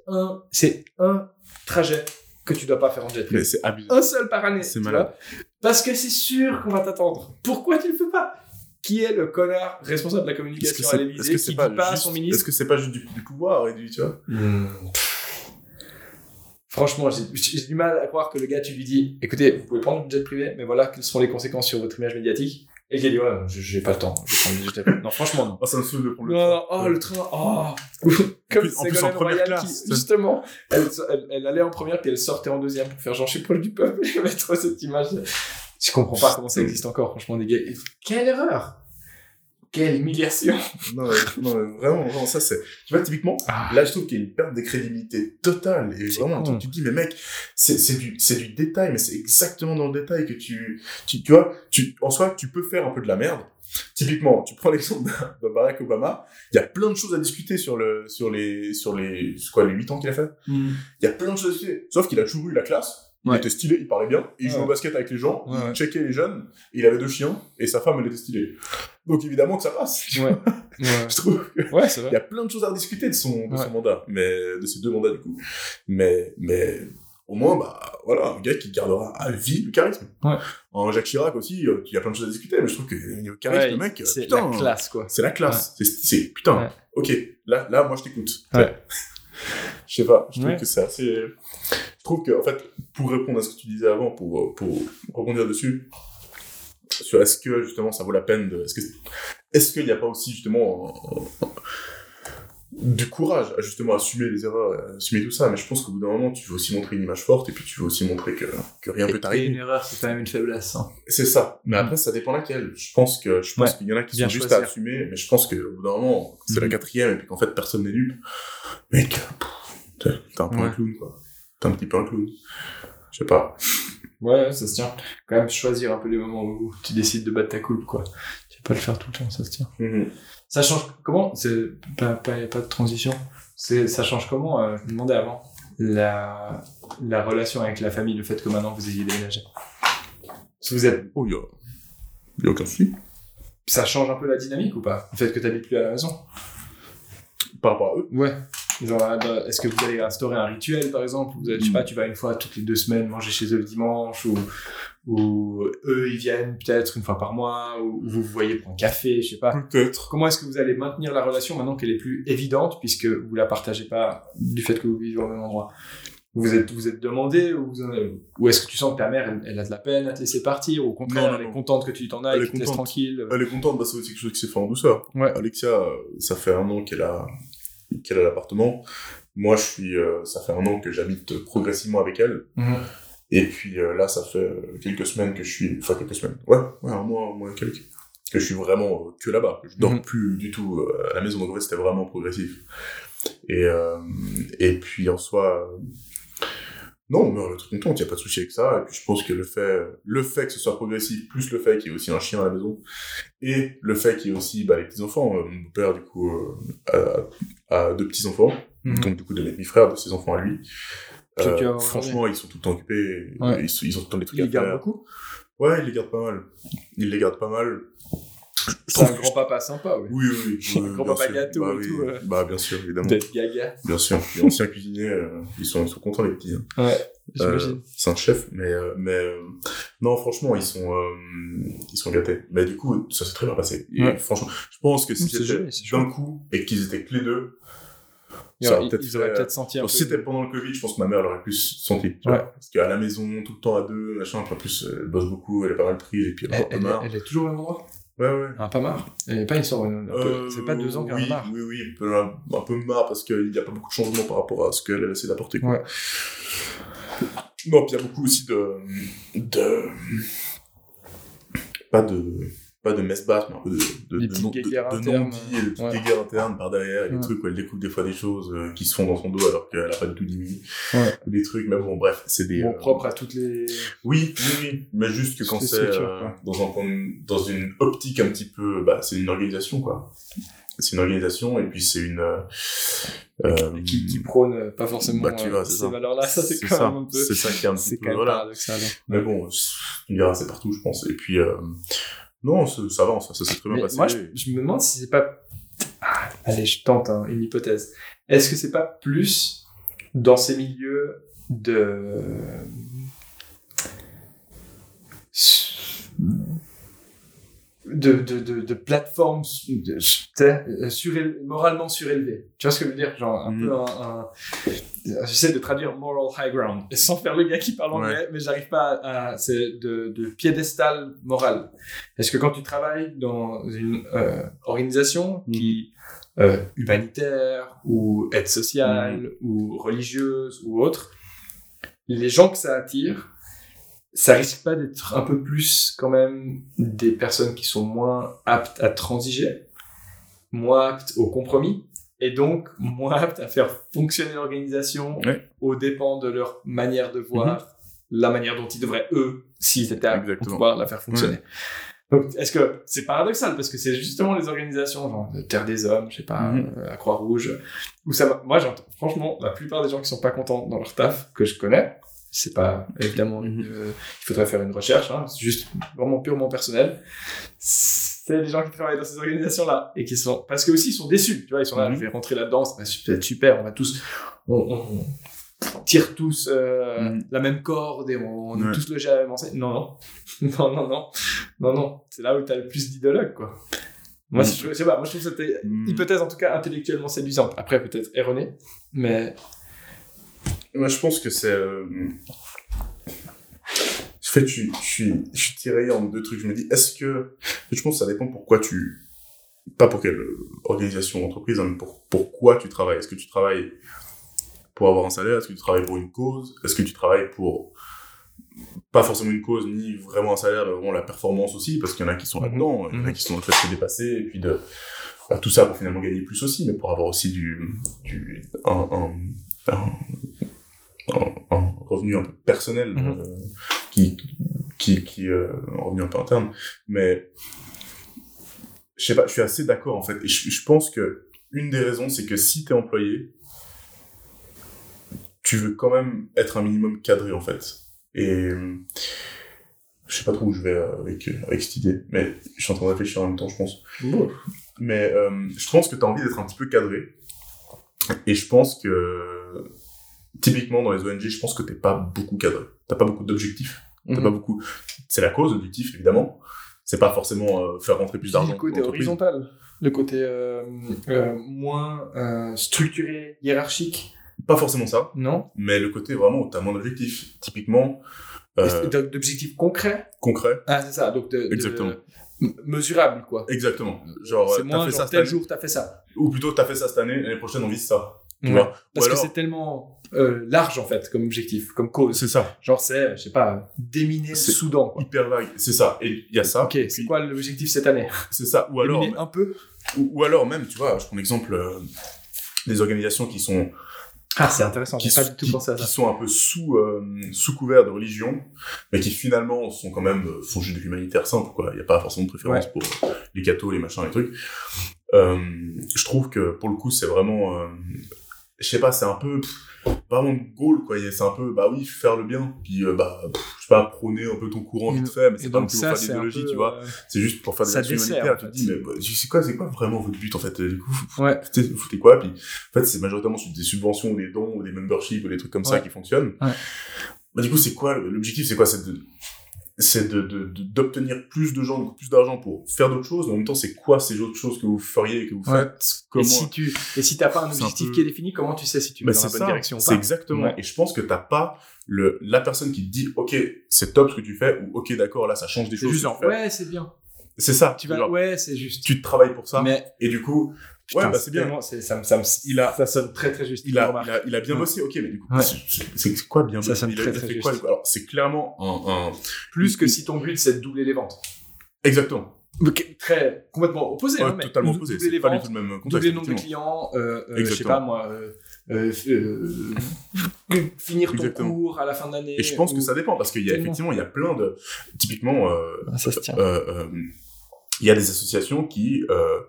un trajet que tu dois pas faire en jet privé. Mais c'est abusé. Un seul par année. C'est malade. Parce que c'est sûr qu'on va t'attendre. Pourquoi tu le fais pas? Qui est le connard responsable de la communication à l'Élysée qui dit pas à son ministre? Est-ce que c'est pas juste du pouvoir et tu vois? Franchement, j'ai du mal à croire que le gars, tu lui dis, écoutez, vous pouvez prendre le jet privé, mais voilà, quelles seront les conséquences sur votre image médiatique? Et il dit, ouais, j'ai pas le temps. Je vais prendre le jet privé. Non, franchement, non. Ça me saoule de prendre le train. Le train, comme en plus en première classe. Justement, elle allait en première, puis elle sortait en deuxième pour faire genre, je suis proche du peuple, et mettre cette image. Je comprends pas comment ça existe encore, franchement, des gars. Quelle erreur! Quelle humiliation! Non, vraiment, ça c'est... Tu vois, typiquement, là je trouve qu'il y a une perte de crédibilité totale, et vraiment, tu te dis, mais mec, c'est du détail, mais c'est exactement dans le détail que tu vois, en soi, tu peux faire un peu de la merde. Typiquement, tu prends l'exemple de Barack Obama, il y a plein de choses à discuter sur les 8 ans qu'il a fait. Il y a plein de choses à discuter. Sauf qu'il a toujours eu la classe. Il était stylé, il parlait bien, il jouait au basket avec les gens, il checkait les jeunes, et il avait 2 chiens, et sa femme, elle était stylée. Donc évidemment que ça passe. Je trouve que c'est vrai. Il y a plein de choses à discuter de son mandat, mais de ses 2 mandats du coup. Mais au moins, voilà, un gars qui gardera à vie le charisme. Ouais. En Jacques Chirac aussi, il y a plein de choses à discuter, mais je trouve que le charisme, le mec, c'est putain, la classe, quoi. C'est la classe. C'est putain, ok, là, moi, je t'écoute. Ouais. Je sais pas, je trouve que c'est assez... Je trouve que, en fait, pour répondre à ce que tu disais avant, pour rebondir dessus, sur est-ce que, justement, ça vaut la peine de... Est-ce qu'il n'y a pas aussi, justement, du courage à, justement, assumer les erreurs, assumer tout ça, mais je pense qu'au bout d'un moment, tu veux aussi montrer une image forte, et puis tu veux aussi montrer que rien peut t'arriver. Et une erreur, c'est quand même une faiblesse. Hein. C'est ça. Mais après, ça dépend laquelle. Je pense qu'il y en a qui sont juste à assumer, mais je pense qu'au bout d'un moment, c'est la 4e, et puis qu'en fait, personne n'est dupe. Mec, t'es un peu un clown, quoi. T'es un petit peu un clown. Je sais pas. Ouais, ça se tient. Quand même choisir un peu les moments où tu décides de battre ta coupe, quoi. Tu vas pas le faire tout le temps, ça se tient. Ça change comment? C'est pas de transition. Ça change comment? Je me demandais avant la relation avec la famille, le fait que maintenant vous ayez déménagé. Si vous êtes... Oh, y a aucun souci. Ça change un peu la dynamique ou pas? Le fait que t'habites plus à la maison? Par rapport à eux? Ouais. Genre, est-ce que vous allez instaurer un rituel, par exemple? Je sais pas, tu vas une fois toutes les 2 semaines manger chez eux le dimanche, ou eux, ils viennent peut-être une fois par mois, ou vous voyez pour un café, je sais pas. Peut-être. Comment est-ce que vous allez maintenir la relation maintenant qu'elle est plus évidente, puisque vous la partagez pas du fait que vous vivez au même endroit? Vous êtes demandé, ou est-ce que tu sens que ta mère, elle a de la peine à te laisser partir, ou au contraire, elle est contente que tu t'en ailles, qu'elle te laisse tranquille? Elle est contente, c'est aussi quelque chose qui s'est fait en douceur. Ouais. Alexia, ça fait 1 an qu'elle a l'appartement. Moi, ça fait 1 an que j'habite progressivement avec elle. Et puis là, ça fait quelques semaines que je suis... Enfin, quelques semaines. Ouais, 1 mois et quelques. Que je suis vraiment que là-bas. Je dors plus du tout à la maison. Donc, en fait, c'était vraiment progressif. Et puis, en soi... Non, mais on est très content, il n'y a pas de souci avec ça. Et puis, je pense que le fait que ce soit progressif, plus le fait qu'il y ait aussi un chien à la maison, et le fait qu'il y ait aussi les petits-enfants. Mon père, du coup, a 2 petits-enfants. Donc, du coup, de mes demi-frères, de ses enfants à lui. Franchement, ils sont tout le temps occupés. Ouais. Ils ont tout le temps des trucs à faire. Ils les gardent beaucoup? Ouais, ils les gardent pas mal. C'est un grand-papa sympa, oui. Oui. Un grand-papa gâteau et tout. Bien sûr, évidemment. Peut-être gaga. Bien sûr. Les anciens cuisiniers, ils sont contents, les petits. Hein. Ouais, j'imagine. C'est un chef, mais non, franchement, ils sont gâtés. Mais du coup, ça s'est très bien passé. Et franchement, je pense que si c'était d'un coup et qu'ils étaient que les deux, ils auraient peut-être senti un peu. Si c'était pendant le Covid, je pense que ma mère l'aurait plus senti. Parce qu'à la maison, tout le temps à 2, machin, en plus, elle bosse beaucoup, elle est pas mal prise, et puis elle a un peu marre. Elle est toujours au même endroit? Ouais. Ah, pas marre. Elle n'est pas une sorte c'est pas 2 ans qu'elle en a marre. Oui, un peu marre parce qu'il n'y a pas beaucoup de changements par rapport à ce qu'elle a essayé d'apporter, quoi. Ouais. Non, puis il y a beaucoup aussi pas de messe basse, mais un peu de non-dits et de petites guéguerres internes par derrière, et des trucs où elle découvre des fois des choses qui se font dans son dos alors qu'elle a pas du tout dit ou des trucs, mais bon, bref, c'est des... propre à toutes les... Oui, mais juste que quand c'est dans une optique un petit peu... c'est une organisation, quoi. C'est une organisation, et puis c'est une... qui prône pas forcément ces valeurs-là, ça c'est quand même un peu... C'est ça qui est un petit peu... paradoxal. Mais bon, tu me diras, c'est partout, je pense. Et puis... non, ça avance, ça s'est très bien passé. Moi, je me demande si c'est pas... allez, je tente une hypothèse. Est-ce que c'est pas plus dans ces milieux de plateformes moralement surélevées. Tu vois ce que je veux dire? Genre un peu j'essaie de traduire moral high ground sans faire le gars qui parle anglais, mais j'arrive pas c'est de piédestal moral. Est-ce que quand tu travailles dans une organisation qui humanitaire ou aide sociale ou religieuse ou autre, les gens que ça attire, ça risque pas d'être un peu plus quand même des personnes qui sont moins aptes à transiger, moins aptes au compromis, et donc moins aptes à faire fonctionner l'organisation aux dépens de leur manière de voir la manière dont ils devraient, eux, s'ils étaient aptes pour pouvoir la faire fonctionner. Donc, est-ce que c'est paradoxal, parce que c'est justement les organisations, genre Terre des Hommes, je sais pas, la Croix-Rouge, où ça, moi j'entends, franchement, la plupart des gens qui sont pas contents dans leur taf, que je connais, c'est pas évidemment il faudrait faire une recherche, c'est juste vraiment purement personnel, c'est les gens qui travaillent dans ces organisations là et qui sont, parce que aussi ils sont déçus, tu vois, ils sont là, je vais rentrer là-dedans, ça va être super, on va tous tire tous la même corde et on est tous logés à la même enseigne. Non. C'est là où t'as le plus d'idologues, quoi. Moi, je sais pas, moi je trouve cette hypothèse en tout cas intellectuellement séduisante. Après, peut-être erronée, mais... Moi, je pense que c'est... En fait, je suis tiraillé en deux trucs. Je me dis, est-ce que... Je pense que ça dépend pourquoi tu... Pas pour quelle organisation, entreprise, hein, mais pourquoi tu travailles. Est-ce que tu travailles pour avoir un salaire? Est-ce que tu travailles pour une cause? Est-ce que tu travailles pour... Pas forcément une cause, ni vraiment un salaire, mais vraiment la performance aussi, parce qu'il y en a qui sont là-dedans, il y en a qui sont en fait de se dépasser, et puis tout ça pour finalement gagner plus aussi, mais pour avoir aussi un revenu un peu personnel, un revenu un peu interne. Mais, je sais pas, je suis assez d'accord, en fait, et je pense que une des raisons, c'est que si t'es employé, tu veux quand même être un minimum cadré, en fait. Et je sais pas trop où je vais avec cette idée, mais je suis en train de réfléchir en même temps, je pense. Mais je pense que t'as envie d'être un petit peu cadré, et je pense que typiquement dans les ONG, je pense que t'es pas beaucoup cadré. T'as pas beaucoup d'objectifs. T'as pas beaucoup. C'est la cause, l'objectif évidemment. C'est pas forcément faire rentrer plus d'argent. Le côté horizontal, le côté moins structuré, hiérarchique. Pas forcément ça. Non. Mais le côté vraiment où t'as moins d'objectifs. Typiquement. D'objectifs concrets. Concrets. Ah, c'est ça. Donc exactement. Mesurable, quoi. Exactement. Genre, c'est moins, t'as fait ça tel jour, t'as fait ça. Ou plutôt, t'as fait ça cette année, l'année prochaine, on vise ça. Tu Ouais. vois. Parce alors... que c'est tellement large, en fait, comme objectif, comme cause. C'est ça. Genre, c'est, je sais pas, déminer le Soudan, quoi. Hyper vague. C'est ça. Et il y a ça. Ok, c'est quoi l'objectif cette année? C'est ça. Ou alors. Déminer un peu. Ou alors même, tu vois, je prends l'exemple des organisations qui sont. Ah, c'est intéressant, j'ai pas du tout pensé à ça. Qui sont un peu sous couvert de religion, mais qui finalement sont quand même, font juste de l'humanitaire simple, quoi. Il n'y a pas forcément de préférence pour les cathos, les machins, les trucs. Je trouve que, pour le coup, c'est vraiment, je sais pas, c'est un peu, vraiment de goal, quoi. C'est un peu, bah oui, faire le bien, puis, je sais pas, prôner un peu ton courant vite fait, mais c'est pas non plus pour faire d'idéologie, tu vois. C'est juste pour faire des actions humanitaires. Tu te dis, mais c'est quoi vraiment votre but, en fait? Du coup, vous foutez quoi? Puis, en fait, c'est majoritairement sur des subventions, ou des dons, ou des memberships, ou des trucs comme ça qui fonctionnent. Bah, du coup, c'est quoi, l'objectif, c'est quoi? C'est d'obtenir plus de gens, plus d'argent pour faire d'autres choses, mais en même temps, c'est quoi ces autres choses que vous feriez et que vous faites? Comment... Et si t'as pas un objectif qui est défini, comment tu sais si tu vas dans la bonne direction ou pas? C'est exactement. Et je pense que t'as pas la personne qui te dit, OK, c'est top ce que tu fais, ou OK, d'accord, là, ça change des choses. C'est juste genre, ouais, c'est bien. C'est ça. Ouais, c'est juste. Tu te travailles pour ça. Mais... Et du coup, putain, ouais, bah c'est bien. Ça sonne très très juste. Il a bien bossé, ok, mais du coup, c'est quoi bien bossé? Ça sonne très très juste. Alors, c'est clairement un... Plus que si ton but c'est de doubler les ventes. Exactement. Très complètement opposé, mais totalement opposé. C'est pas du tout le même contexte. Doubler le nombre de clients, je sais pas moi, finir ton cours à la fin de l'année. Et je pense que ça dépend parce qu'il y a effectivement, il y a plein de, typiquement, ça se tient. Il y a des associations qui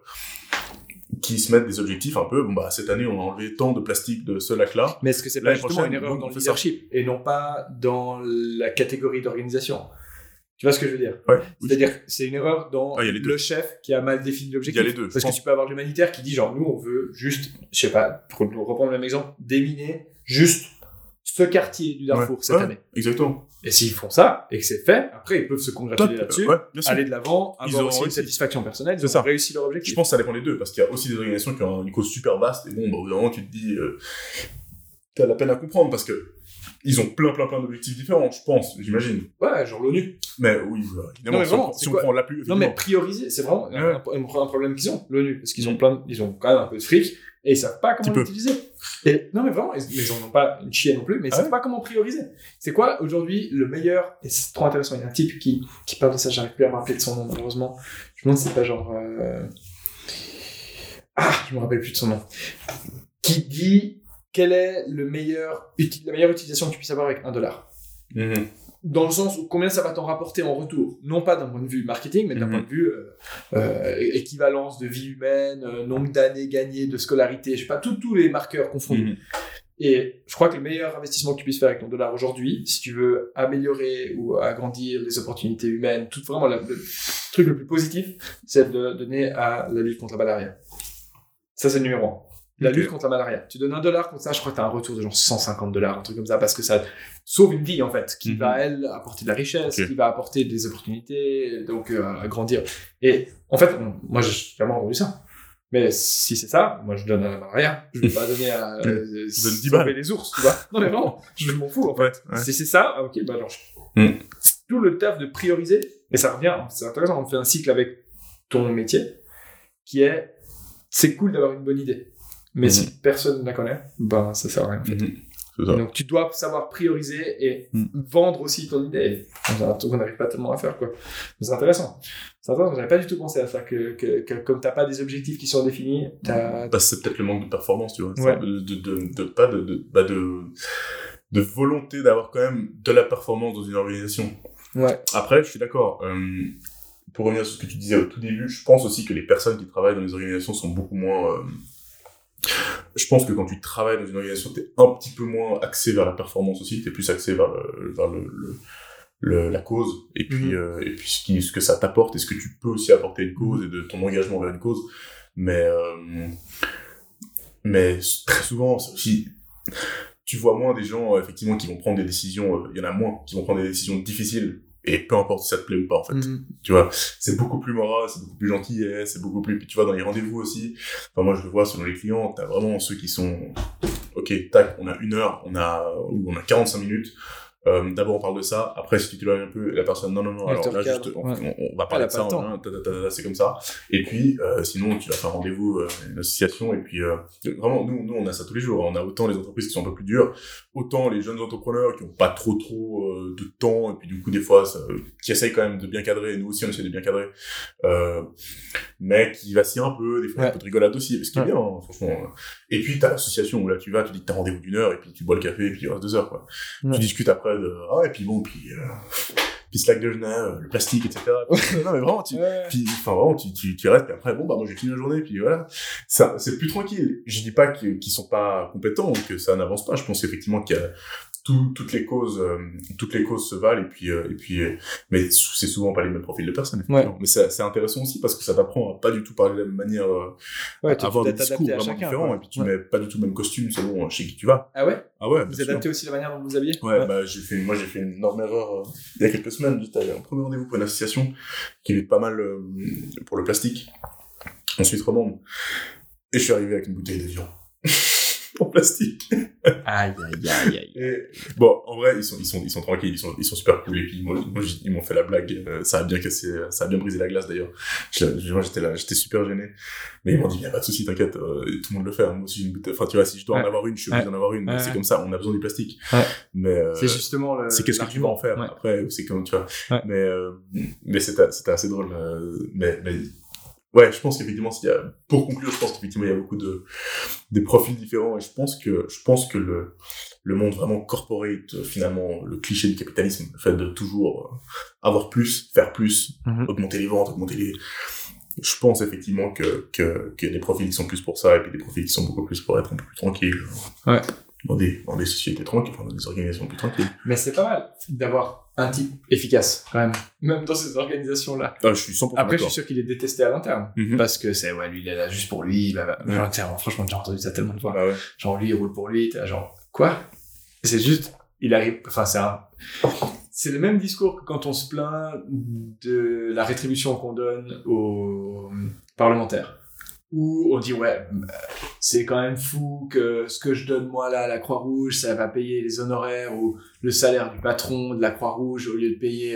se mettent des objectifs un peu, bon bah cette année on a enlevé tant de plastique de ce lac-là. Mais est-ce que c'est pas justement une erreur dans le leadership et non pas dans la catégorie d'organisation? Tu vois ce que je veux dire? C'est-à-dire c'est une erreur dans le chef qui a mal défini l'objectif. Il y a les deux. Parce que tu peux avoir l'humanitaire qui dit genre nous on veut juste, je sais pas, pour reprendre le même exemple, déminer juste ce quartier du Darfour cette année. Exactement. Et s'ils font ça, et que c'est fait, après ils peuvent se congratuler là-dessus, aller de l'avant, avoir aussi une satisfaction personnelle, ils ont réussi leur objectif. Je pense que ça dépend des deux, parce qu'il y a aussi des organisations qui ont une cause super vaste, et bon, bah, au bout d'un moment tu te dis, t'as la peine à comprendre, parce que ils ont plein d'objectifs différents, je pense, j'imagine. Ouais, genre l'ONU. Mais oui, évidemment, si on prend la plus... Non mais prioriser, c'est vraiment un problème qu'ils ont, l'ONU, parce qu'ils ont ils ont quand même un peu de fric, et ils savent pas comment l'utiliser. Non mais vraiment, ils en ont pas une chienne non plus, mais ils savent pas comment prioriser. C'est quoi aujourd'hui le meilleur, et c'est trop intéressant, il y a un type qui parle de ça, j'arrive plus à me rappeler de son nom malheureusement, je me demande si c'est pas genre... je me rappelle plus de son nom. Qui dit quelle est la meilleure utilisation que tu puisses avoir avec $1 dans le sens où combien ça va t'en rapporter en retour, non pas d'un point de vue marketing, mais d'un point de vue équivalence de vie humaine, nombre d'années gagnées, de scolarité, je sais pas, tous les marqueurs confondus. Et je crois que le meilleur investissement que tu puisses faire avec ton $1 aujourd'hui, si tu veux améliorer ou agrandir les opportunités humaines, tout vraiment le truc le plus positif, c'est de donner à la lutte contre la malaria. Ça, c'est le numéro 1. La lutte contre la malaria. Tu donnes $1 contre ça, je crois que tu as un retour de genre $150, un truc comme ça, parce que ça sauve une vie, en fait, qui va, elle, apporter de la richesse, qui va apporter des opportunités, donc grandir. Et en fait, moi, j'ai jamais entendu ça. Mais si c'est ça, moi, je donne à la malaria. Je vais pas donner à sauver les ours, tu vois. Non, mais vraiment, je m'en fous, en fait. Ouais. Si c'est ça, ok, bah alors, c'est tout le taf de prioriser, et ça revient, c'est intéressant, on fait un cycle avec ton métier, qui est, c'est cool d'avoir une bonne idée. Mais si personne ne la connaît, ben ça sert à rien en fait. Donc tu dois savoir prioriser et vendre aussi ton idée. C'est un truc qu'on n'arrive pas tellement à faire quoi. C'est intéressant. J'avais pas du tout pensé à ça que comme t'as pas des objectifs qui sont définis, c'est peut-être le manque de performance, tu vois. Ouais. De volonté d'avoir quand même de la performance dans une organisation. Ouais. Après, je suis d'accord. Pour revenir sur ce que tu disais au tout début, je pense aussi que les personnes qui travaillent dans les organisations sont beaucoup moins. Je pense que quand tu travailles dans une organisation, t'es un petit peu moins axé vers la performance aussi, t'es plus axé vers la cause, et puis ce que ça t'apporte, et ce que tu peux aussi apporter à une cause, et de ton engagement vers une cause. Mais très souvent, c'est aussi, tu vois moins des gens, effectivement, qui vont prendre des décisions, il y en a moins, qui vont prendre des décisions difficiles, et peu importe si ça te plaît ou pas, en fait. Tu vois, c'est beaucoup plus moral, c'est beaucoup plus gentil, c'est beaucoup plus, puis tu vois, dans les rendez-vous aussi, enfin, moi, je le vois selon les clients, t'as vraiment ceux qui sont, ok, tac, on a 1 heure, on a 45 minutes, d'abord on parle de ça, après si tu t'éloignes un peu, la personne non, alors là juste on va parler de ça, c'est comme ça, et puis sinon tu vas faire rendez-vous une association, et puis vraiment nous on a ça tous les jours, on a autant les entreprises qui sont un peu plus dures, autant les jeunes entrepreneurs qui ont pas trop de temps, et puis du coup des fois qui essayent quand même de bien cadrer, et nous aussi on essaie de bien cadrer, mais qui vacillent un peu, des fois un peu de rigolade aussi, ce qui est bien, hein, franchement. Et puis t'as l'association où là tu vas, tu dis que t'as rendez-vous d'1 heure, et puis tu bois le café, et puis il reste 2 heures quoi. Tu discutes après et puis bon, puis Slack de Genève, le plastique, etc. Non mais vraiment, tu restes, puis après, bon, bah moi j'ai fini la journée, puis voilà. Ça, c'est plus tranquille. Je dis pas qu'ils sont pas compétents, ou que ça n'avance pas. Je pense effectivement qu'il y a toutes les causes se valent, et puis mais c'est souvent pas les mêmes profils de personnes, effectivement. Mais c'est intéressant aussi parce que ça t'apprend à pas du tout parler de la même manière, à avoir des discours vraiment différents, et puis tu mets pas du tout le même costume selon chez qui tu vas. Ah ouais? Vous adaptez aussi la manière dont vous habillez? Bah j'ai fait une énorme erreur il y a quelques semaines. J'avais un premier rendez-vous pour une association qui lutte pas mal pour le plastique en Suisse romande, et je suis arrivé avec une bouteille de viande en plastique. Aïe. Et, bon, en vrai, ils sont tranquilles, ils sont super cool, et puis ils m'ont fait la blague, ça a bien brisé la glace d'ailleurs. Moi, j'étais super gêné, mais ils m'ont dit, il y a pas de souci, t'inquiète, tout le monde le fait, moi aussi, enfin, tu vois, si je dois en avoir une, je suis obligé d'en avoir une, c'est comme ça, on a besoin du plastique. Mais, c'est justement c'est qu'est-ce que tu vas en faire, après, c'est comme, tu vois. Mais c'était assez drôle, mais ouais, je pense qu'effectivement, pour conclure, je pense qu'effectivement, il y a beaucoup des profils différents, et je pense que le monde vraiment corporate, finalement, le cliché du capitalisme, le fait de toujours avoir plus, faire plus, augmenter les ventes, je pense effectivement que des profils qui sont plus pour ça, et puis des profils qui sont beaucoup plus pour être un peu plus tranquilles. Ouais. Dans des sociétés tranquilles, dans des organisations plus tranquilles. Mais c'est pas mal d'avoir un type efficace, quand même dans ces organisations-là. Je suis 100% Après, d'accord. je suis sûr qu'il est détesté à l'interne. Parce que lui, il est là juste pour lui. Franchement, j'ai entendu ça tellement de fois. Genre, lui, il roule pour lui. T'es là, genre, quoi? C'est juste, il arrive, enfin, c'est le même discours que quand on se plaint de la rétribution qu'on donne aux parlementaires. Où on dit, c'est quand même fou que ce que je donne moi là à la Croix-Rouge, ça va payer les honoraires ou le salaire du patron de la Croix-Rouge au lieu de payer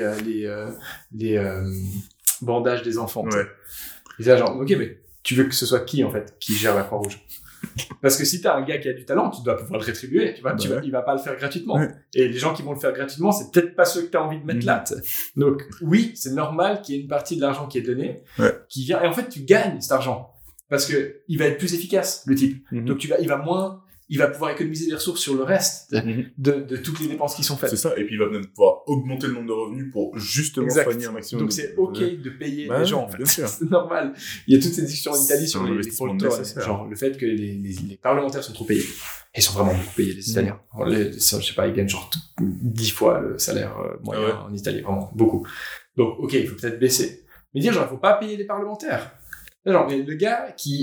les bandages des enfants. Et c'est genre, ok, mais tu veux que ce soit qui en fait qui gère la Croix-Rouge? Parce que si t'as un gars qui a du talent, tu dois pouvoir le rétribuer, tu vois, il va pas le faire gratuitement. Et les gens qui vont le faire gratuitement, c'est peut-être pas ceux que t'as envie de mettre là. Donc oui, c'est normal qu'il y ait une partie de l'argent qui est donné, qui vient, et en fait tu gagnes cet argent. Parce que il va être plus efficace, le type. Donc il va pouvoir économiser des ressources sur le reste de toutes les dépenses qui sont faites. C'est ça, et puis il va même pouvoir augmenter le nombre de revenus pour justement soigner un maximum. Donc c'est ok de payer les gens, en fait. C'est normal. Il y a toutes ces discussions en Italie sur genre le fait que les parlementaires sont trop payés. Ils sont vraiment beaucoup payés, les Italiens. Je sais pas, ils gagnent genre 10 fois le salaire moyen en Italie, vraiment beaucoup. Donc ok, il faut peut-être baisser. Mais dire genre, il faut pas payer les parlementaires. Genre, mais le gars qui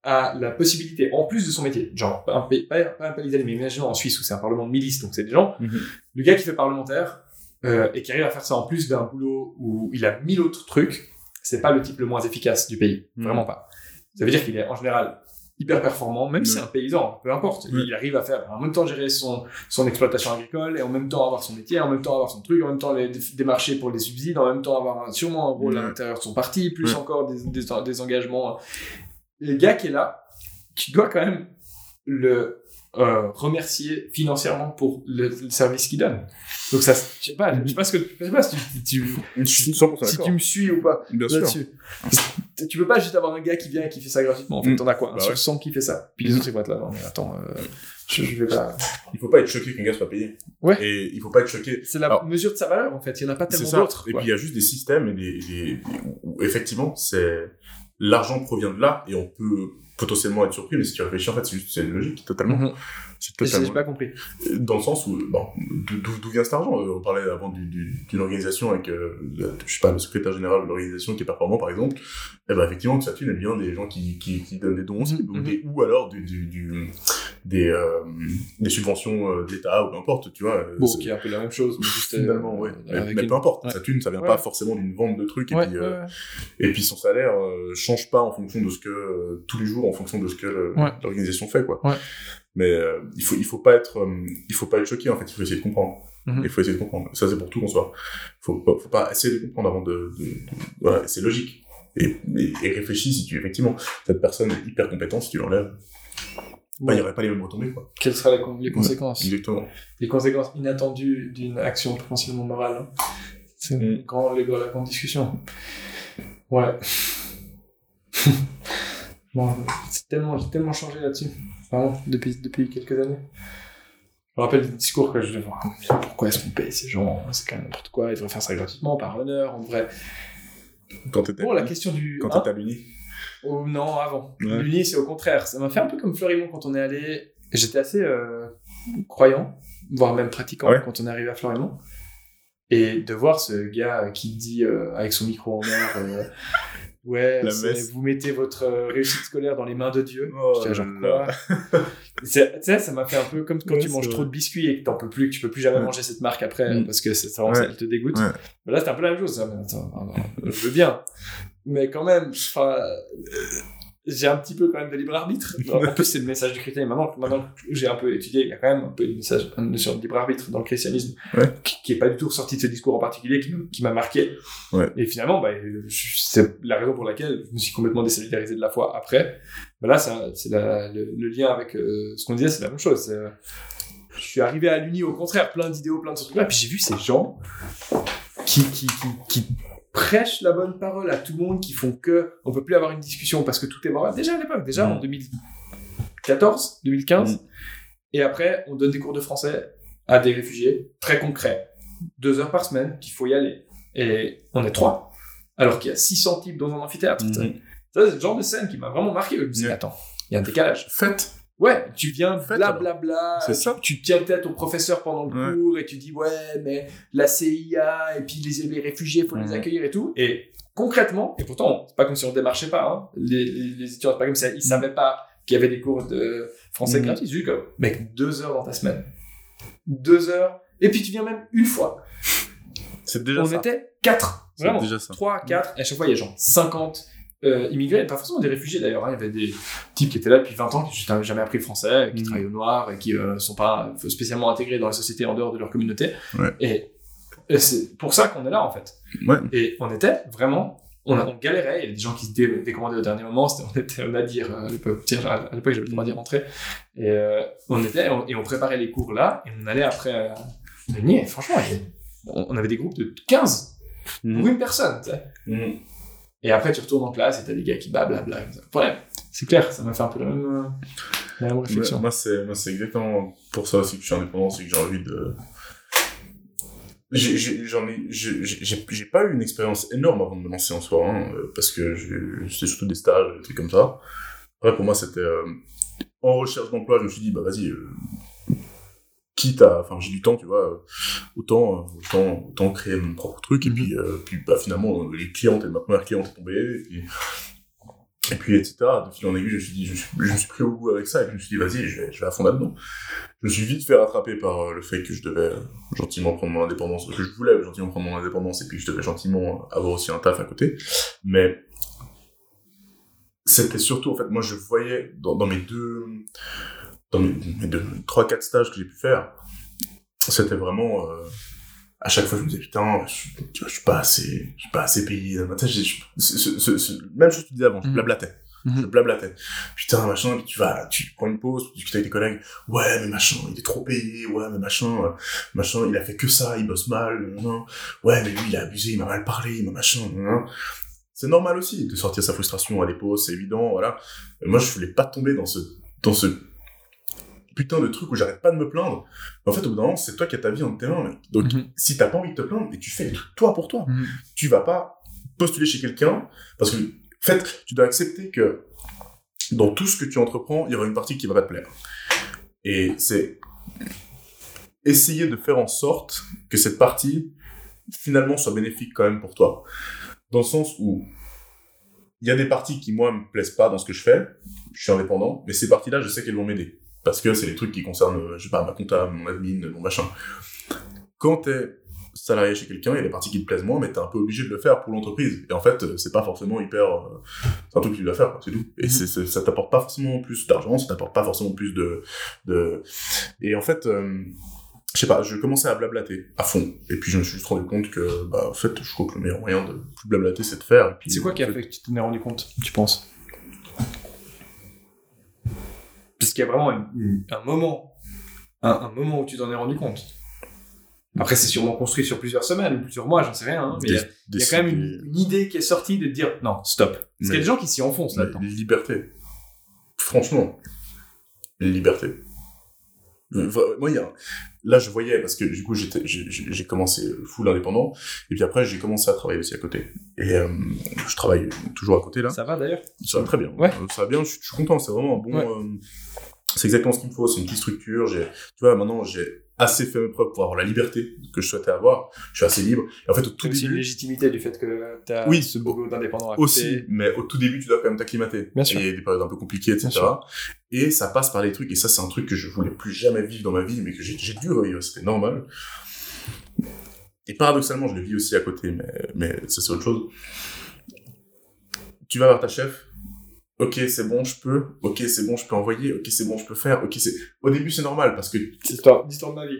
a la possibilité, en plus de son métier, genre, pas un pays italien, mais imaginons en Suisse où c'est un parlement de milice, donc c'est des gens, le gars qui fait parlementaire, et qui arrive à faire ça en plus d'un boulot où il a 1000 autres trucs, c'est pas le type le moins efficace du pays. Vraiment pas. Ça veut dire qu'il est, en général, hyper performant, même si c'est un paysan, peu importe. Il arrive à faire, en même temps, gérer son exploitation agricole, et en même temps avoir son métier, en même temps avoir son truc, en même temps démarcher pour les subsides, en même temps avoir sûrement un rôle à l'intérieur de son parti, plus encore des engagements. Le gars qui est là, tu dois quand même le remercier financièrement pour le service qu'il donne. Donc ça, je sais pas si tu me suis ou pas. Bien sûr. Tu peux pas juste avoir un gars qui vient et qui fait ça gratuitement. En fait, t'en as quoi? Un sur 100 qui fait ça. Puis les autres, ils vont être là. Non, mais attends, je vais pas. Il faut pas être choqué qu'un gars soit payé. Ouais. Et il faut pas être choqué. C'est la mesure de sa valeur, en fait. Il y en a pas tellement d'autres. Et puis il y a juste des systèmes où effectivement, l'argent provient de là et on peut potentiellement être surpris, mais si tu réfléchis, en fait, c'est logique, totalement. J'ai pas compris. Dans le sens où, d'où vient cet argent? On parlait avant d'une organisation avec, je sais pas, le secrétaire général de l'organisation qui est performant, par exemple. Eh ben, effectivement, que ça tue, elle vient des gens qui donnent des dons aussi, ou alors des subventions d'État, ou peu importe, tu vois. Bon, qui est un peu la même chose, mais juste, finalement, ouais. Mais peu importe, sa thune, ça vient pas forcément d'une vente de trucs, et puis son salaire change pas en fonction de ce que, tous les jours, en fonction de ce que l'organisation fait, quoi. Ouais. Mais il faut pas être choqué, en fait, il faut essayer de comprendre. Il faut essayer de comprendre. Ça, c'est pour tout, bonsoir. Faut pas essayer de comprendre avant voilà, c'est logique. Et réfléchis si effectivement, cette personne est hyper compétente, si tu l'enlèves. Il n'y aurait pas les mêmes retombées, quoi. Quelles seraient les conséquences? Exactement. Les conséquences inattendues d'une action potentiellement morale. Hein. C'est la grande discussion. Ouais. Bon, j'ai tellement changé là-dessus. Vraiment, depuis quelques années. Je me rappelle des discours que je devais voir. Pourquoi est-ce qu'on paye ces gens? C'est quand même n'importe quoi. Ils devraient faire ça gratuitement, par honneur, en vrai. Quand t'étais la question du... Quand t'étais à l'Uni? Oh, non, avant. Ouais. L'Uni, c'est au contraire. Ça m'a fait un peu comme Fleurimont quand on est allé. J'étais assez croyant, voire même pratiquant quand on est arrivé à Fleurimont. Et de voir ce gars qui dit avec son micro en mer... Ouais, vous mettez votre réussite scolaire dans les mains de Dieu. J'étais genre quoi? Tu sais, ça m'a fait un peu comme quand tu manges trop de biscuits et que t'en peux plus, que tu peux plus jamais manger cette marque après parce que ça te dégoûte. Mais là, c'était un peu la même chose. Je veux bien, mais quand même, j'ai un petit peu quand même de libre arbitre. En plus, c'est le message du christianisme. Maintenant que j'ai un peu étudié, il y a quand même un peu une notion de libre arbitre dans le christianisme qui est pas du tout ressorti de ce discours en particulier qui m'a marqué. Et finalement, c'est la raison pour laquelle je me suis complètement désolidarisé de la foi après. Mais là, c'est le lien avec ce qu'on disait, c'est la même chose. Je suis arrivé à l'Uni, au contraire, plein d'idéaux, plein de ce truc-là, puis j'ai vu ces gens qui prêchent la bonne parole à tout le monde, qui font que on peut plus avoir une discussion parce que tout est moral. Déjà à l'époque, en 2014, 2015. Et après, on donne des cours de français à des réfugiés, très concrets. 2 heures par semaine, qu'il faut y aller. Et on est 3. Alors qu'il y a 600 types dans un amphithéâtre. Ça, c'est le genre de scène qui m'a vraiment marqué. Je me disais, attends, il y a un décalage. Faites. Ouais, tu viens blablabla, tu tiens tête au professeur pendant le cours et tu dis ouais, mais la CIA et puis les réfugiés, il faut les accueillir et tout. Et concrètement, et pourtant, c'est pas comme si on démarchait pas, hein. Les étudiants, c'est pas comme si ils savaient pas qu'il y avait des cours de français gratuits. Juste comme, mec, 2 heures dans ta semaine. 2 heures, et puis tu viens même une fois. C'est déjà ça. On était 4, vraiment. C'est déjà ça. 3, 4, et à chaque fois il y a genre 50 immigrés, pas forcément des réfugiés d'ailleurs, hein. Il y avait des types qui étaient là depuis 20 ans, qui n'avaient jamais appris le français, qui travaillent au noir, et qui sont pas spécialement intégrés dans la société en dehors de leur communauté. Et c'est pour ça qu'on est là en fait. Et on était vraiment, on galérait, il y avait des gens qui se décommandaient au dernier moment, on était Nadir à l'époque, j'avais le droit d'y rentrer, et on préparait les cours là, et on allait après et franchement, on avait des groupes de 15 pour une personne, tu sais. Et après, tu retournes en classe et t'as des gars qui blablabla. Ouais, c'est clair, ça m'a fait un peu la même réflexion. Moi, c'est exactement pour ça aussi que je suis indépendant, c'est que j'ai envie de... J'ai pas eu une expérience énorme avant de me lancer en soi, hein, parce que c'était surtout des stages, des trucs comme ça. Après, pour moi, c'était... en recherche d'emploi, je me suis dit, bah vas-y... j'ai du temps, tu vois, autant créer mon propre truc, et puis finalement, ma première cliente est tombée, Et puis, etc. De fil en aiguille, je me suis pris au goût avec ça, et puis je me suis dit, vas-y, je vais à fond là-dedans. Je me suis vite fait rattraper par le fait que je devais gentiment prendre mon indépendance, que je voulais gentiment prendre mon indépendance, et puis je devais gentiment avoir aussi un taf à côté. Mais c'était surtout, en fait, moi, je voyais dans mes 3-4 stages que j'ai pu faire, c'était vraiment, à chaque fois, je me disais, putain, je suis pas assez payé. Même chose que tu disais avant, je blablatais. Je blablatais. Putain, machin, puis tu prends une pause, tu discutes avec tes collègues. Ouais, mais machin, il est trop payé. Ouais, mais machin, il a fait que ça, il bosse mal. Ouais, mais lui, il a abusé, il m'a mal parlé, il m'a machin. C'est normal aussi de sortir sa frustration à des pauses, c'est évident, voilà. Mais moi, je voulais pas tomber dans ce putain de truc où j'arrête pas de me plaindre. En fait, au bout d'un moment, c'est toi qui as ta vie entre tes mains, mec. Donc, si t'as pas envie de te plaindre, mais tu fais les trucs toi pour toi. Tu vas pas postuler chez quelqu'un, parce que, en fait, tu dois accepter que dans tout ce que tu entreprends, il y aura une partie qui va pas te plaire. Et c'est essayer de faire en sorte que cette partie, finalement, soit bénéfique quand même pour toi. Dans le sens où il y a des parties qui, moi, me plaisent pas dans ce que je fais. Je suis indépendant, mais ces parties-là, je sais qu'elles vont m'aider. Parce que c'est les trucs qui concernent, je sais pas, ma compta, mon admin, mon machin. Quand t'es salarié chez quelqu'un, il y a des parties qui te plaisent moins, mais t'es un peu obligé de le faire pour l'entreprise. Et en fait, c'est pas forcément hyper... c'est un truc que tu dois faire, quoi, c'est tout. Et ça t'apporte pas forcément plus d'argent, ça t'apporte pas forcément plus de... Et en fait, je sais pas, je commençais à blablater à fond. Et puis je me suis juste rendu compte que, bah, en fait, je crois que le meilleur moyen de plus blablater, c'est de faire. Et puis, c'est quoi qui a fait que tu t'en es rendu compte, tu penses? Parce qu'il y a vraiment un moment où tu t'en es rendu compte. Après, c'est sûrement construit sur plusieurs semaines, plusieurs mois, j'en sais rien, hein, mais il y a quand même une idée qui est sortie de te dire non, stop. Parce qu'il y a des gens qui s'y enfoncent là-dedans. Liberté. Franchement, liberté. Moi, là, je voyais, parce que du coup, j'ai commencé full indépendant, et puis après, j'ai commencé à travailler aussi à côté. Et je travaille toujours à côté, là. Ça va, d'ailleurs? Ça va très bien. Ouais. Ça va bien, je suis content, c'est vraiment un bon... Ouais. C'est exactement ce qu'il me faut, c'est une petite structure. Tu vois, maintenant, j'ai assez fait mes preuves pour avoir la liberté que je souhaitais avoir. Je suis assez libre. Et en fait, au tout début... C'est une légitimité du fait que t'as ce boulot d'indépendant à côté. Aussi, mais au tout début, tu dois quand même t'acclimater. Bien sûr. Il y a des périodes un peu compliquées, etc. Et ça passe par les trucs, et ça, c'est un truc que je voulais plus jamais vivre dans ma vie, mais que j'ai dû revivre, c'était normal. Et paradoxalement, je le vis aussi à côté, mais ça, c'est autre chose. Tu vas vers ta chef, ok, c'est bon, je peux. Ok, c'est bon, je peux envoyer. Ok, c'est bon, je peux faire. Ok, au début, c'est normal parce que c'est l'histoire de ma vie.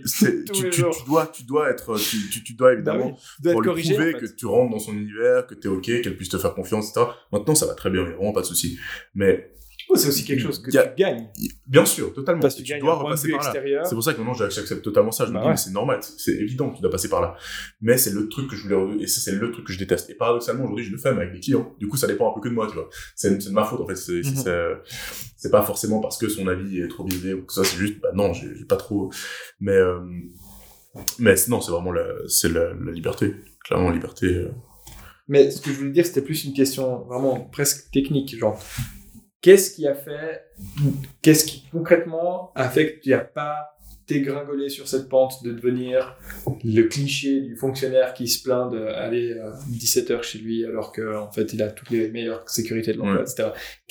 Tu dois évidemment pour lui prouver que tu rentres dans son univers, que t'es ok, qu'elle puisse te faire confiance, etc. Maintenant, ça va très bien, il y a vraiment pas de souci. Mais c'est aussi quelque chose que tu gagnes. Bien sûr, totalement. Parce que tu dois repasser par là. C'est pour ça que maintenant j'accepte totalement ça. Je me dis, mais c'est normal, c'est évident que tu dois passer par là. Mais c'est le truc que je voulais, et ça, c'est le truc que je déteste. Et paradoxalement, aujourd'hui, je le fais avec des clients. Du coup, ça dépend un peu que de moi, tu vois. C'est de ma faute, en fait. C'est pas forcément parce que son avis est trop biaisé ou que ça, c'est juste, bah non, j'ai pas trop. Mais non, c'est vraiment la liberté. Clairement, la liberté. Mais ce que je voulais dire, c'était plus une question vraiment presque technique, genre. Qu'est-ce qui concrètement a fait que tu n'as pas dégringolé sur cette pente de devenir le cliché du fonctionnaire qui se plaint d'aller 17h chez lui alors qu'en fait il a toutes les meilleures sécurités de l'emploi, etc.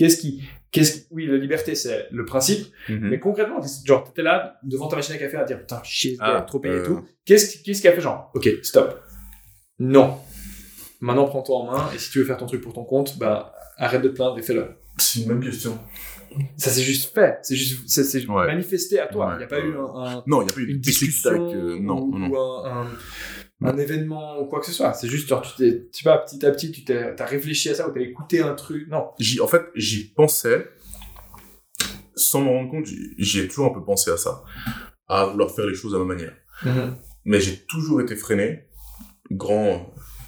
Oui, la liberté c'est le principe, mais concrètement, genre t'étais là devant ta machine à café à dire putain, chier, trop payé et tout. Qu'est-ce qui a fait genre, ok, stop. Non. Maintenant prends-toi en main et si tu veux faire ton truc pour ton compte, bah arrête de te plaindre et fais-le. C'est une bonne question. Ça c'est juste fait, c'est manifesté à toi. Il n'y a pas eu une discussion ou un événement ou quoi que ce soit. C'est juste genre tu sais pas, petit à petit t'as réfléchi à ça ou t'as écouté un truc. Non. En fait, j'y pensais sans me rendre compte. J'y ai toujours un peu pensé à ça, à vouloir faire les choses à ma manière. Mais j'ai toujours été freiné, grand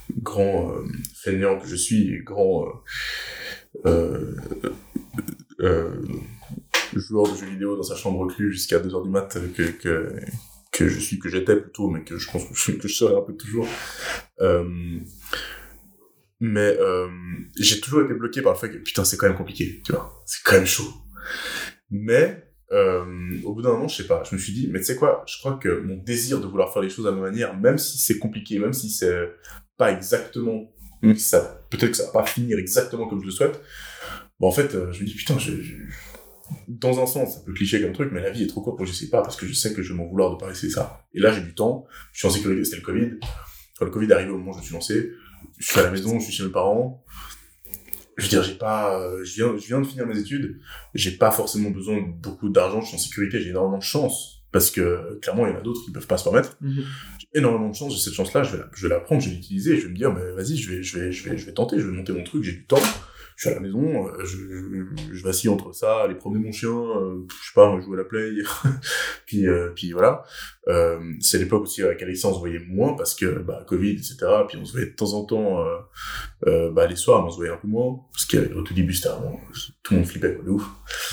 feignant que je suis, grand joueur de jeux vidéo dans sa chambre reclus jusqu'à 2h du mat que j'étais plutôt, mais que je pense que je serai un peu toujours. Mais j'ai toujours été bloqué par le fait que putain, c'est quand même compliqué, tu vois, c'est quand même chaud. Mais au bout d'un moment, je sais pas, je me suis dit, mais tu sais quoi, je crois que mon désir de vouloir faire les choses à ma manière, même si c'est compliqué, même si c'est pas exactement, peut-être que ça va pas finir exactement comme je le souhaite, Bon, en fait, je me dis, putain, dans un sens, c'est un peu cliché comme truc, mais la vie est trop courte pour que j'essaie pas, parce que je sais que je vais m'en vouloir de pas essayer ça. Et là, j'ai du temps, je suis en sécurité, c'était le Covid. Quand le Covid est arrivé au moment où je me suis lancé, je suis à la maison, je suis chez mes parents. Je veux dire, je viens de finir mes études, j'ai pas forcément besoin de beaucoup d'argent, je suis en sécurité, j'ai énormément de chance, parce que, clairement, il y en a d'autres qui peuvent pas se permettre. J'ai énormément de chance, j'ai cette chance-là, je vais la prendre, je vais l'utiliser, je vais me dire, mais vas-y, je vais tenter, je vais monter mon truc, j'ai du temps. Je suis à la maison, je vacille entre ça, aller promener mon chien, je sais pas, moi, jouer à la play, puis voilà. C'est l'époque aussi avec Alexia, on se voyait moins parce que, Covid, etc. Puis on se voyait de temps en temps, les soirs, on se voyait un peu moins, parce qu'au tout début, c'était vraiment, tout le monde flippait, quoi, de ouf.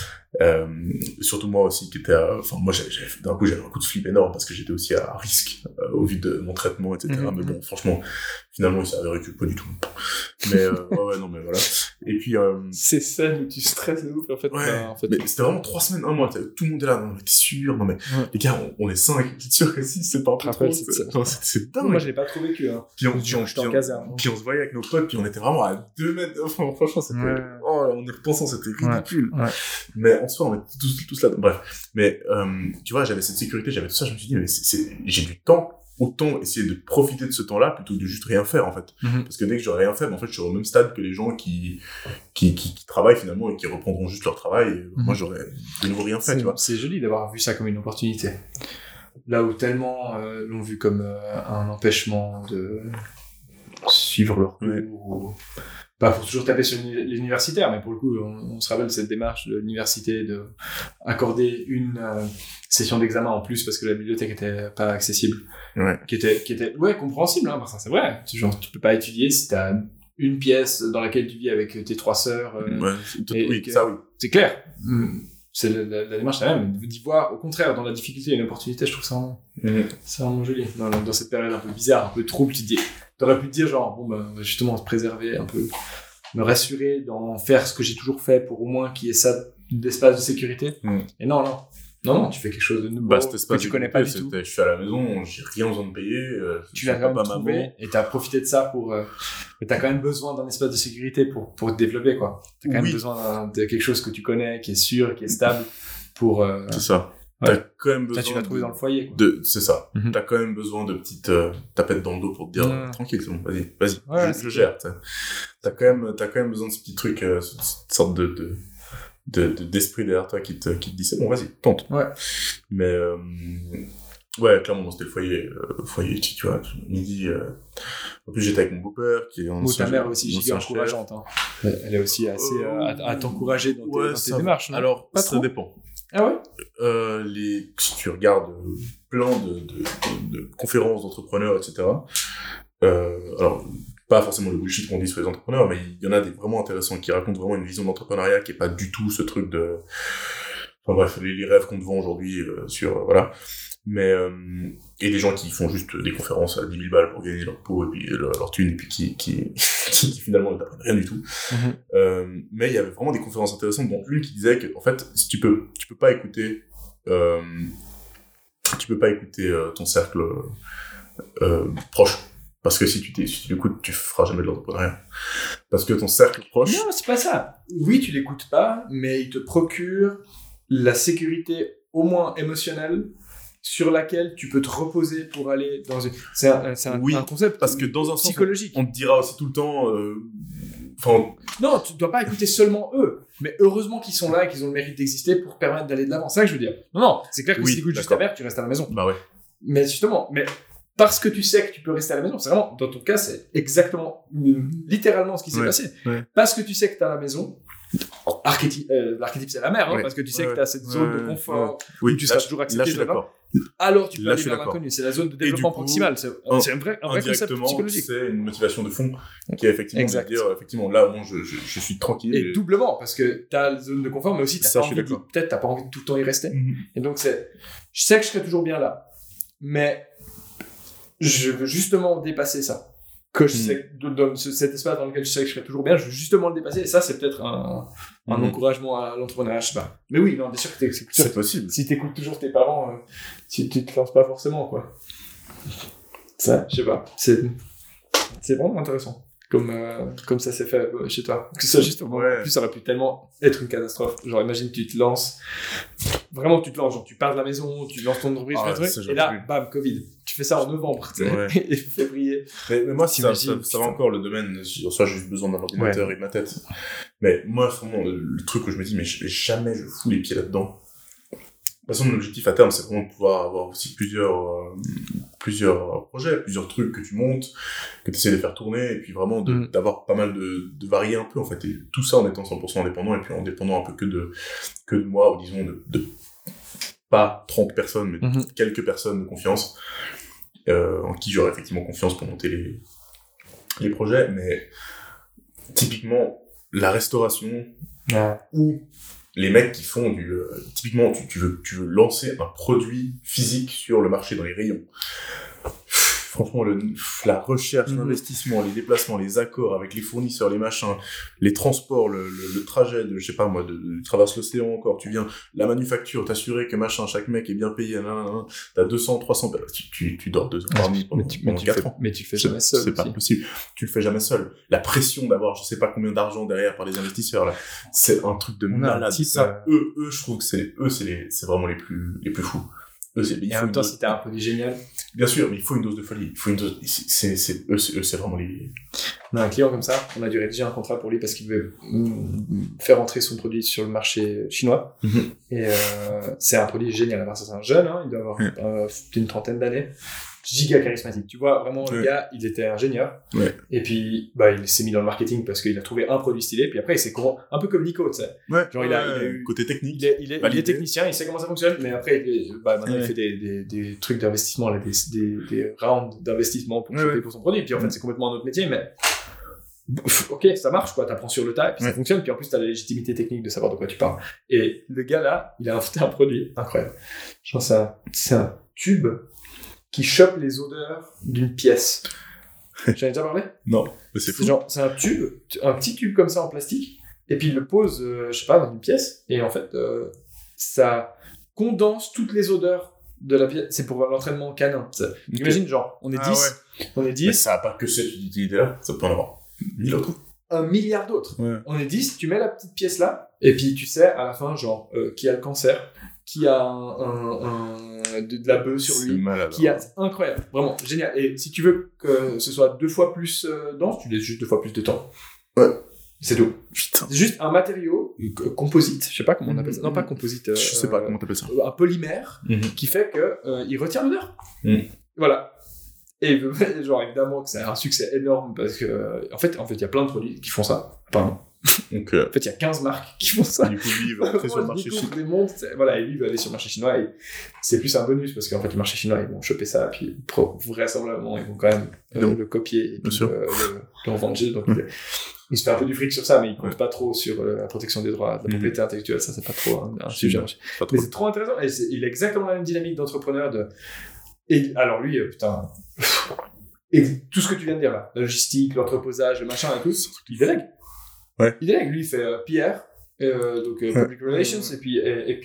Surtout moi aussi qui était moi d'un coup j'avais un coup de flip énorme parce que j'étais aussi à risque au vu de mon traitement, etc. Mais bon, franchement, finalement il s'est avéré que pas du tout, mais non, mais voilà. Et puis c'est ça où tu stresses de ouf en fait. Mais c'était vraiment 3 semaines, 1 mois, tout le monde est là, non mais t'es sûr, non mais les gars, on est 5, t'es sûr que si c'est pas un peu trop, c'est dingue. Moi je l'ai pas trouvé que puis on se voyait avec nos potes, puis on était vraiment à 2 mètres, franchement c'était en y repensant c'était ridicule. Mais en soi, on était tous là. Bref. Mais, tu vois, j'avais cette sécurité, j'avais tout ça, je me suis dit, mais j'ai du temps, autant essayer de profiter de ce temps-là plutôt que de juste rien faire, en fait. Parce que dès que j'aurais rien fait, en fait, je suis au même stade que les gens qui travaillent finalement et qui reprendront juste leur travail. Et moi, j'aurais de nouveau rien fait, tu vois. C'est joli d'avoir vu ça comme une opportunité. Là où tellement l'ont vu comme un empêchement de suivre leur cours. Pas pour toujours taper sur l'universitaire, mais pour le coup, on se rappelle cette démarche de l'université de accorder une session d'examen en plus parce que la bibliothèque était pas accessible. Qui était compréhensible, hein, parce que c'est vrai. Genre, tu peux pas étudier si t'as une pièce dans laquelle tu vis avec tes 3 sœurs. Ça, oui. C'est clair. C'est la démarche la même. D'y voir, au contraire, dans la difficulté et une opportunité, je trouve ça c'est vraiment joli. Dans cette période un peu bizarre, un peu trouble, t'aurais pu te dire genre, bon, justement, se préserver un peu, me rassurer d'en faire ce que j'ai toujours fait pour au moins qu'il y ait ça d'espace de sécurité. Et non, tu fais quelque chose de nouveau que tu connais pas du tout. Je suis à la maison, j'ai rien besoin de payer. Tu l'as quand même trouvé et t'as profité de ça pour. Mais t'as quand même besoin d'un espace de sécurité pour te développer, quoi. T'as quand même besoin de quelque chose que tu connais, qui est sûr, qui est stable pour. C'est ça. T'as quand même besoin. Là, tu l'as trouvé dans le foyer, quoi. C'est ça. T'as quand même besoin de petites tapettes dans le dos pour te dire tranquille, c'est bon, vas-y, je gère. T'as quand même besoin de ce petit truc, cette sorte d'esprit derrière toi qui te dit c'est bon, vas-y, tente. Mais clairement c'était le foyer, tu vois, midi. En plus j'étais avec mon beau-père qui est en ta mère est aussi giga encourageante, hein. Elle est aussi assez à t'encourager dans tes démarches, non? Alors ça dépend. Ah ouais? Si tu regardes plein de conférences d'entrepreneurs, etc. Alors pas forcément le bullshit qu'on dit sur les entrepreneurs, mais il y en a des vraiment intéressants qui racontent vraiment une vision d'entrepreneuriat qui est pas du tout ce truc de, enfin bref, les rêves qu'on te vend aujourd'hui voilà. Mais et des gens qui font juste des conférences à 10 000 balles pour gagner leur peau et puis leur thune et puis qui finalement ne t'apprennent rien du tout. Mais il y avait vraiment des conférences intéressantes, dont une qui disait que en fait, si tu peux pas écouter ton cercle proche. Parce que si tu l'écoutes, tu feras jamais de l'entrepreneuriat. Parce que ton cercle proche... Non, c'est pas ça. Oui, tu l'écoutes pas, mais il te procure la sécurité, au moins émotionnelle, sur laquelle tu peux te reposer pour aller dans une... C'est un concept parce que dans un sens, psychologique. On te dira aussi tout le temps... Non, tu dois pas écouter seulement eux. Mais heureusement qu'ils sont là et qu'ils ont le mérite d'exister pour permettre d'aller de l'avant. C'est ça que je veux dire. Non, c'est clair que si tu écoutes juste ta mère, tu restes à la maison. Bah ouais. Mais justement, parce que tu sais que tu peux rester à la maison, c'est vraiment, dans ton cas, c'est exactement, littéralement ce qui s'est passé. Parce que tu sais que t'es à la maison, l'archétype c'est la mère, parce que tu sais que t'as cette zone de confort où tu seras toujours accepté. Là, je suis d'accord. Alors tu peux aller vers l'inconnu, c'est la zone de développement proximal, c'est un vrai concept psychologique. C'est une motivation de fond qui est effectivement de dire, effectivement, là, moi, je suis tranquille. Et doublement, parce que t'as la zone de confort, mais aussi peut-être t'as pas envie de tout le temps y rester. Et donc je sais que je serai toujours bien là, mais je veux justement dépasser ça. Que je sais que dans cet espace dans lequel je sais que je serai toujours bien, je veux justement le dépasser. Et ça, c'est peut-être un encouragement à l'entrepreneuriat, je sais pas. Mais oui, non, bien sûr que c'est possible. Si t'écoutes toujours tes parents, tu te lances pas forcément, quoi. Ça, je sais pas. C'est vraiment intéressant. comme ça s'est fait chez toi. Que ça, juste au moment, en plus, ça aurait pu tellement être une catastrophe. Genre, imagine, tu te lances, vraiment, genre, tu pars de la maison, tu lances ton entreprise, et là, bam, Covid. Tu fais ça en novembre, et février. Mais moi, ça va encore le domaine, soit j'ai juste besoin d'un ordinateur et de ma tête. Mais moi, vraiment, le truc où je me dis, mais jamais je fous les pieds là-dedans. De toute façon, mon objectif à terme, c'est vraiment de pouvoir avoir aussi plusieurs projets, plusieurs trucs que tu montes, que tu essaies de faire tourner, et puis vraiment d'avoir pas mal de varier un peu, en fait. Et tout ça en étant 100% indépendant, et puis en dépendant un peu que de moi, ou disons de pas 30 personnes, mais de quelques personnes de confiance, en qui j'aurais effectivement confiance pour monter les projets. Mais typiquement, la restauration, ou les mecs qui font typiquement, tu veux lancer un produit physique sur le marché, dans les rayons. Franchement, la recherche, l'investissement, les déplacements, les accords avec les fournisseurs, les machins, les transports, le trajet de, je sais pas moi, de traverse l'océan encore, tu viens, la manufacture, t'assurer que machin, chaque mec est bien payé, t'as 200, 300, tu dors 2 heures par nuit pendant 4 ans. Mais tu le fais jamais seul. C'est pas possible. Tu le fais jamais seul. La pression d'avoir, je sais pas combien d'argent derrière par les investisseurs, là, c'est un truc de malade. Ça, eux, je trouve que c'est vraiment les plus fous. Et en même temps, si t'as un produit génial. Bien sûr, mais il faut une dose de folie. Il faut une dose. C'est vraiment les. On a un client comme ça. On a dû rédiger un contrat pour lui parce qu'il veut faire entrer son produit sur le marché chinois. Et c'est un produit génial. Alors, ça, c'est un jeune, il doit avoir une trentaine d'années. Giga charismatique. Tu vois, vraiment, le gars, il était ingénieur. Et puis, il s'est mis dans le marketing parce qu'il a trouvé un produit stylé. Puis après, il s'est un peu comme Nico, tu sais. Genre, il a eu côté technique. Il est technicien, il sait comment ça fonctionne. Mais après, maintenant, il fait des trucs d'investissement, là, des rounds d'investissement pour choper pour son produit. Puis en fait, c'est complètement un autre métier, mais ok, ça marche, quoi. T'apprends sur le tas, et puis ça fonctionne. Puis en plus, t'as la légitimité technique de savoir de quoi tu parles. Et le gars, là, il a inventé un produit incroyable. Je pense c'est un tube qui chope les odeurs d'une pièce. J'en ai déjà parlé ? Non, mais c'est fou. C'est un petit tube comme ça en plastique, et puis il le pose, je sais pas, dans une pièce, et en fait, ça condense toutes les odeurs de la pièce. C'est pour l'entraînement canin. Imagine, genre, on est 10. Mais ça n'a pas que cette utilité-là, ça peut en avoir 1000 autres. 1 milliard d'autres. On est 10, tu mets la petite pièce là, et puis tu sais, à la fin, genre, qui a le cancer, qui a de la bœuf sur lui, incroyable, vraiment génial. Et si tu veux que ce soit 2 fois plus dense, tu laisses juste 2 fois plus de temps. C'est tout. Putain. C'est juste un matériau composite, je sais pas comment on appelle ça. Non, pas composite. Je sais pas comment t'appelles ça. Un polymère qui fait que il retient l'odeur. Voilà. Et genre évidemment que c'est un succès énorme parce que en fait il y a plein de produits qui font ça. Pardon. Donc, en fait, il y a 15 marques qui font ça. Du coup, lui, il va entrer sur le marché chinois. Voilà, et lui, il va aller sur le marché chinois. Et c'est plus un bonus parce qu'en fait, le marché chinois, ils vont choper ça. Puis, vraisemblablement, ils vont quand même le copier et puis le revendre. Donc, il se fait un peu du fric sur ça, mais il compte pas trop sur la protection des droits, de la propriété intellectuelle. Ça, c'est pas trop un sujet. Mais c'est trop intéressant. Et il a exactement la même dynamique d'entrepreneur. Et alors, lui, putain. Et tout ce que tu viens de dire là, la logistique, l'entreposage, le machin et tout, il délègue. Il délègue, lui il fait PR, donc Public Relations, et puis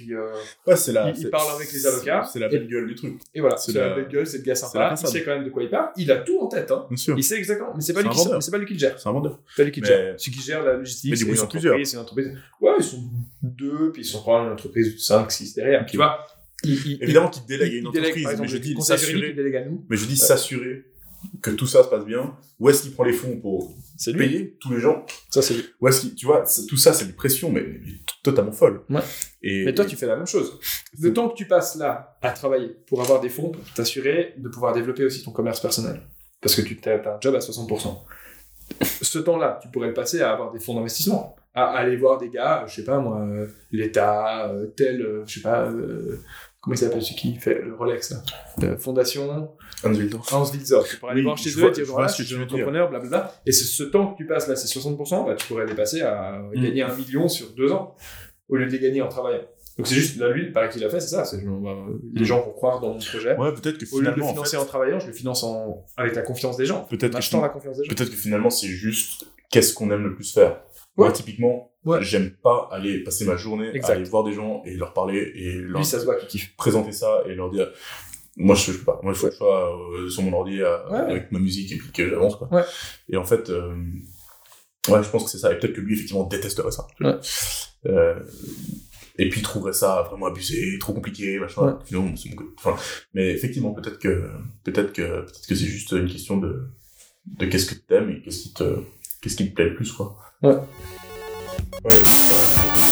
il parle avec les avocats. C'est la belle gueule du truc. Et voilà, c'est la belle gueule, c'est le gars sympa, il sait quand même de quoi il parle, il a tout en tête, hein. Bien sûr. Il sait exactement, mais c'est pas lui qui gère. C'est un vendeur. C'est pas lui qui gère. Celui qui gère la logistique, c'est une entreprise, Ouais, ils sont 2, puis ils sont probablement une entreprise de 5, 6 derrière, tu vois. Évidemment qu'il délègue à une entreprise, mais je dis s'assurer. Mais je dis s'assurer que tout ça se passe bien. Où est-ce qu'il prend les fonds pour payer tous les gens? Ça, c'est lui. Où est-ce qu'il, tu vois, tout ça, c'est des pressions, mais totalement folles. Mais toi, tu fais la même chose. Le temps que tu passes là à travailler pour avoir des fonds, pour t'assurer de pouvoir développer aussi ton commerce personnel. Parce que tu as un job à 60%. Ce temps-là, tu pourrais le passer à avoir des fonds d'investissement. À aller voir des gars, je sais pas moi, l'État, je sais pas, comment il s'appelle celui qui fait le Rolex là, fondation Hans Wilsdorf. Pour aller voir chez eux et dire voilà, je suis un entrepreneur, blablabla. Et ce temps que tu passes là, c'est 60%, tu pourrais les passer à gagner 1 million sur 2 ans au lieu de les gagner en travaillant. Donc c'est juste, là, lui, le pari qu'il a fait, c'est ça. C'est, les gens vont croire dans mon projet. Ouais, peut-être que finalement. Au lieu de le financer en travaillant, je le finance avec la confiance des gens. Peut-être en achetant la confiance des gens. Peut-être que finalement, c'est juste qu'est-ce qu'on aime le plus faire. Moi, typiquement, j'aime pas aller passer ma journée à aller voir des gens et leur parler et leur lui, ça se voit qu'il kiffe. Présenter ça et leur dire moi je peux pas. Moi il faut que je sois sur mon ordi avec ma musique et puis que j'avance, quoi. Ouais. Et en fait, je pense que c'est ça. Et peut-être que lui, effectivement, détesterait ça. Ouais. Et puis il trouverait ça vraiment abusé, trop compliqué, machin. Ouais. Non, c'est enfin, mais effectivement, peut-être que c'est juste une question de qu'est-ce que t'aimes et qu'est-ce qui te plaît le plus, quoi. Ouais. Ouais.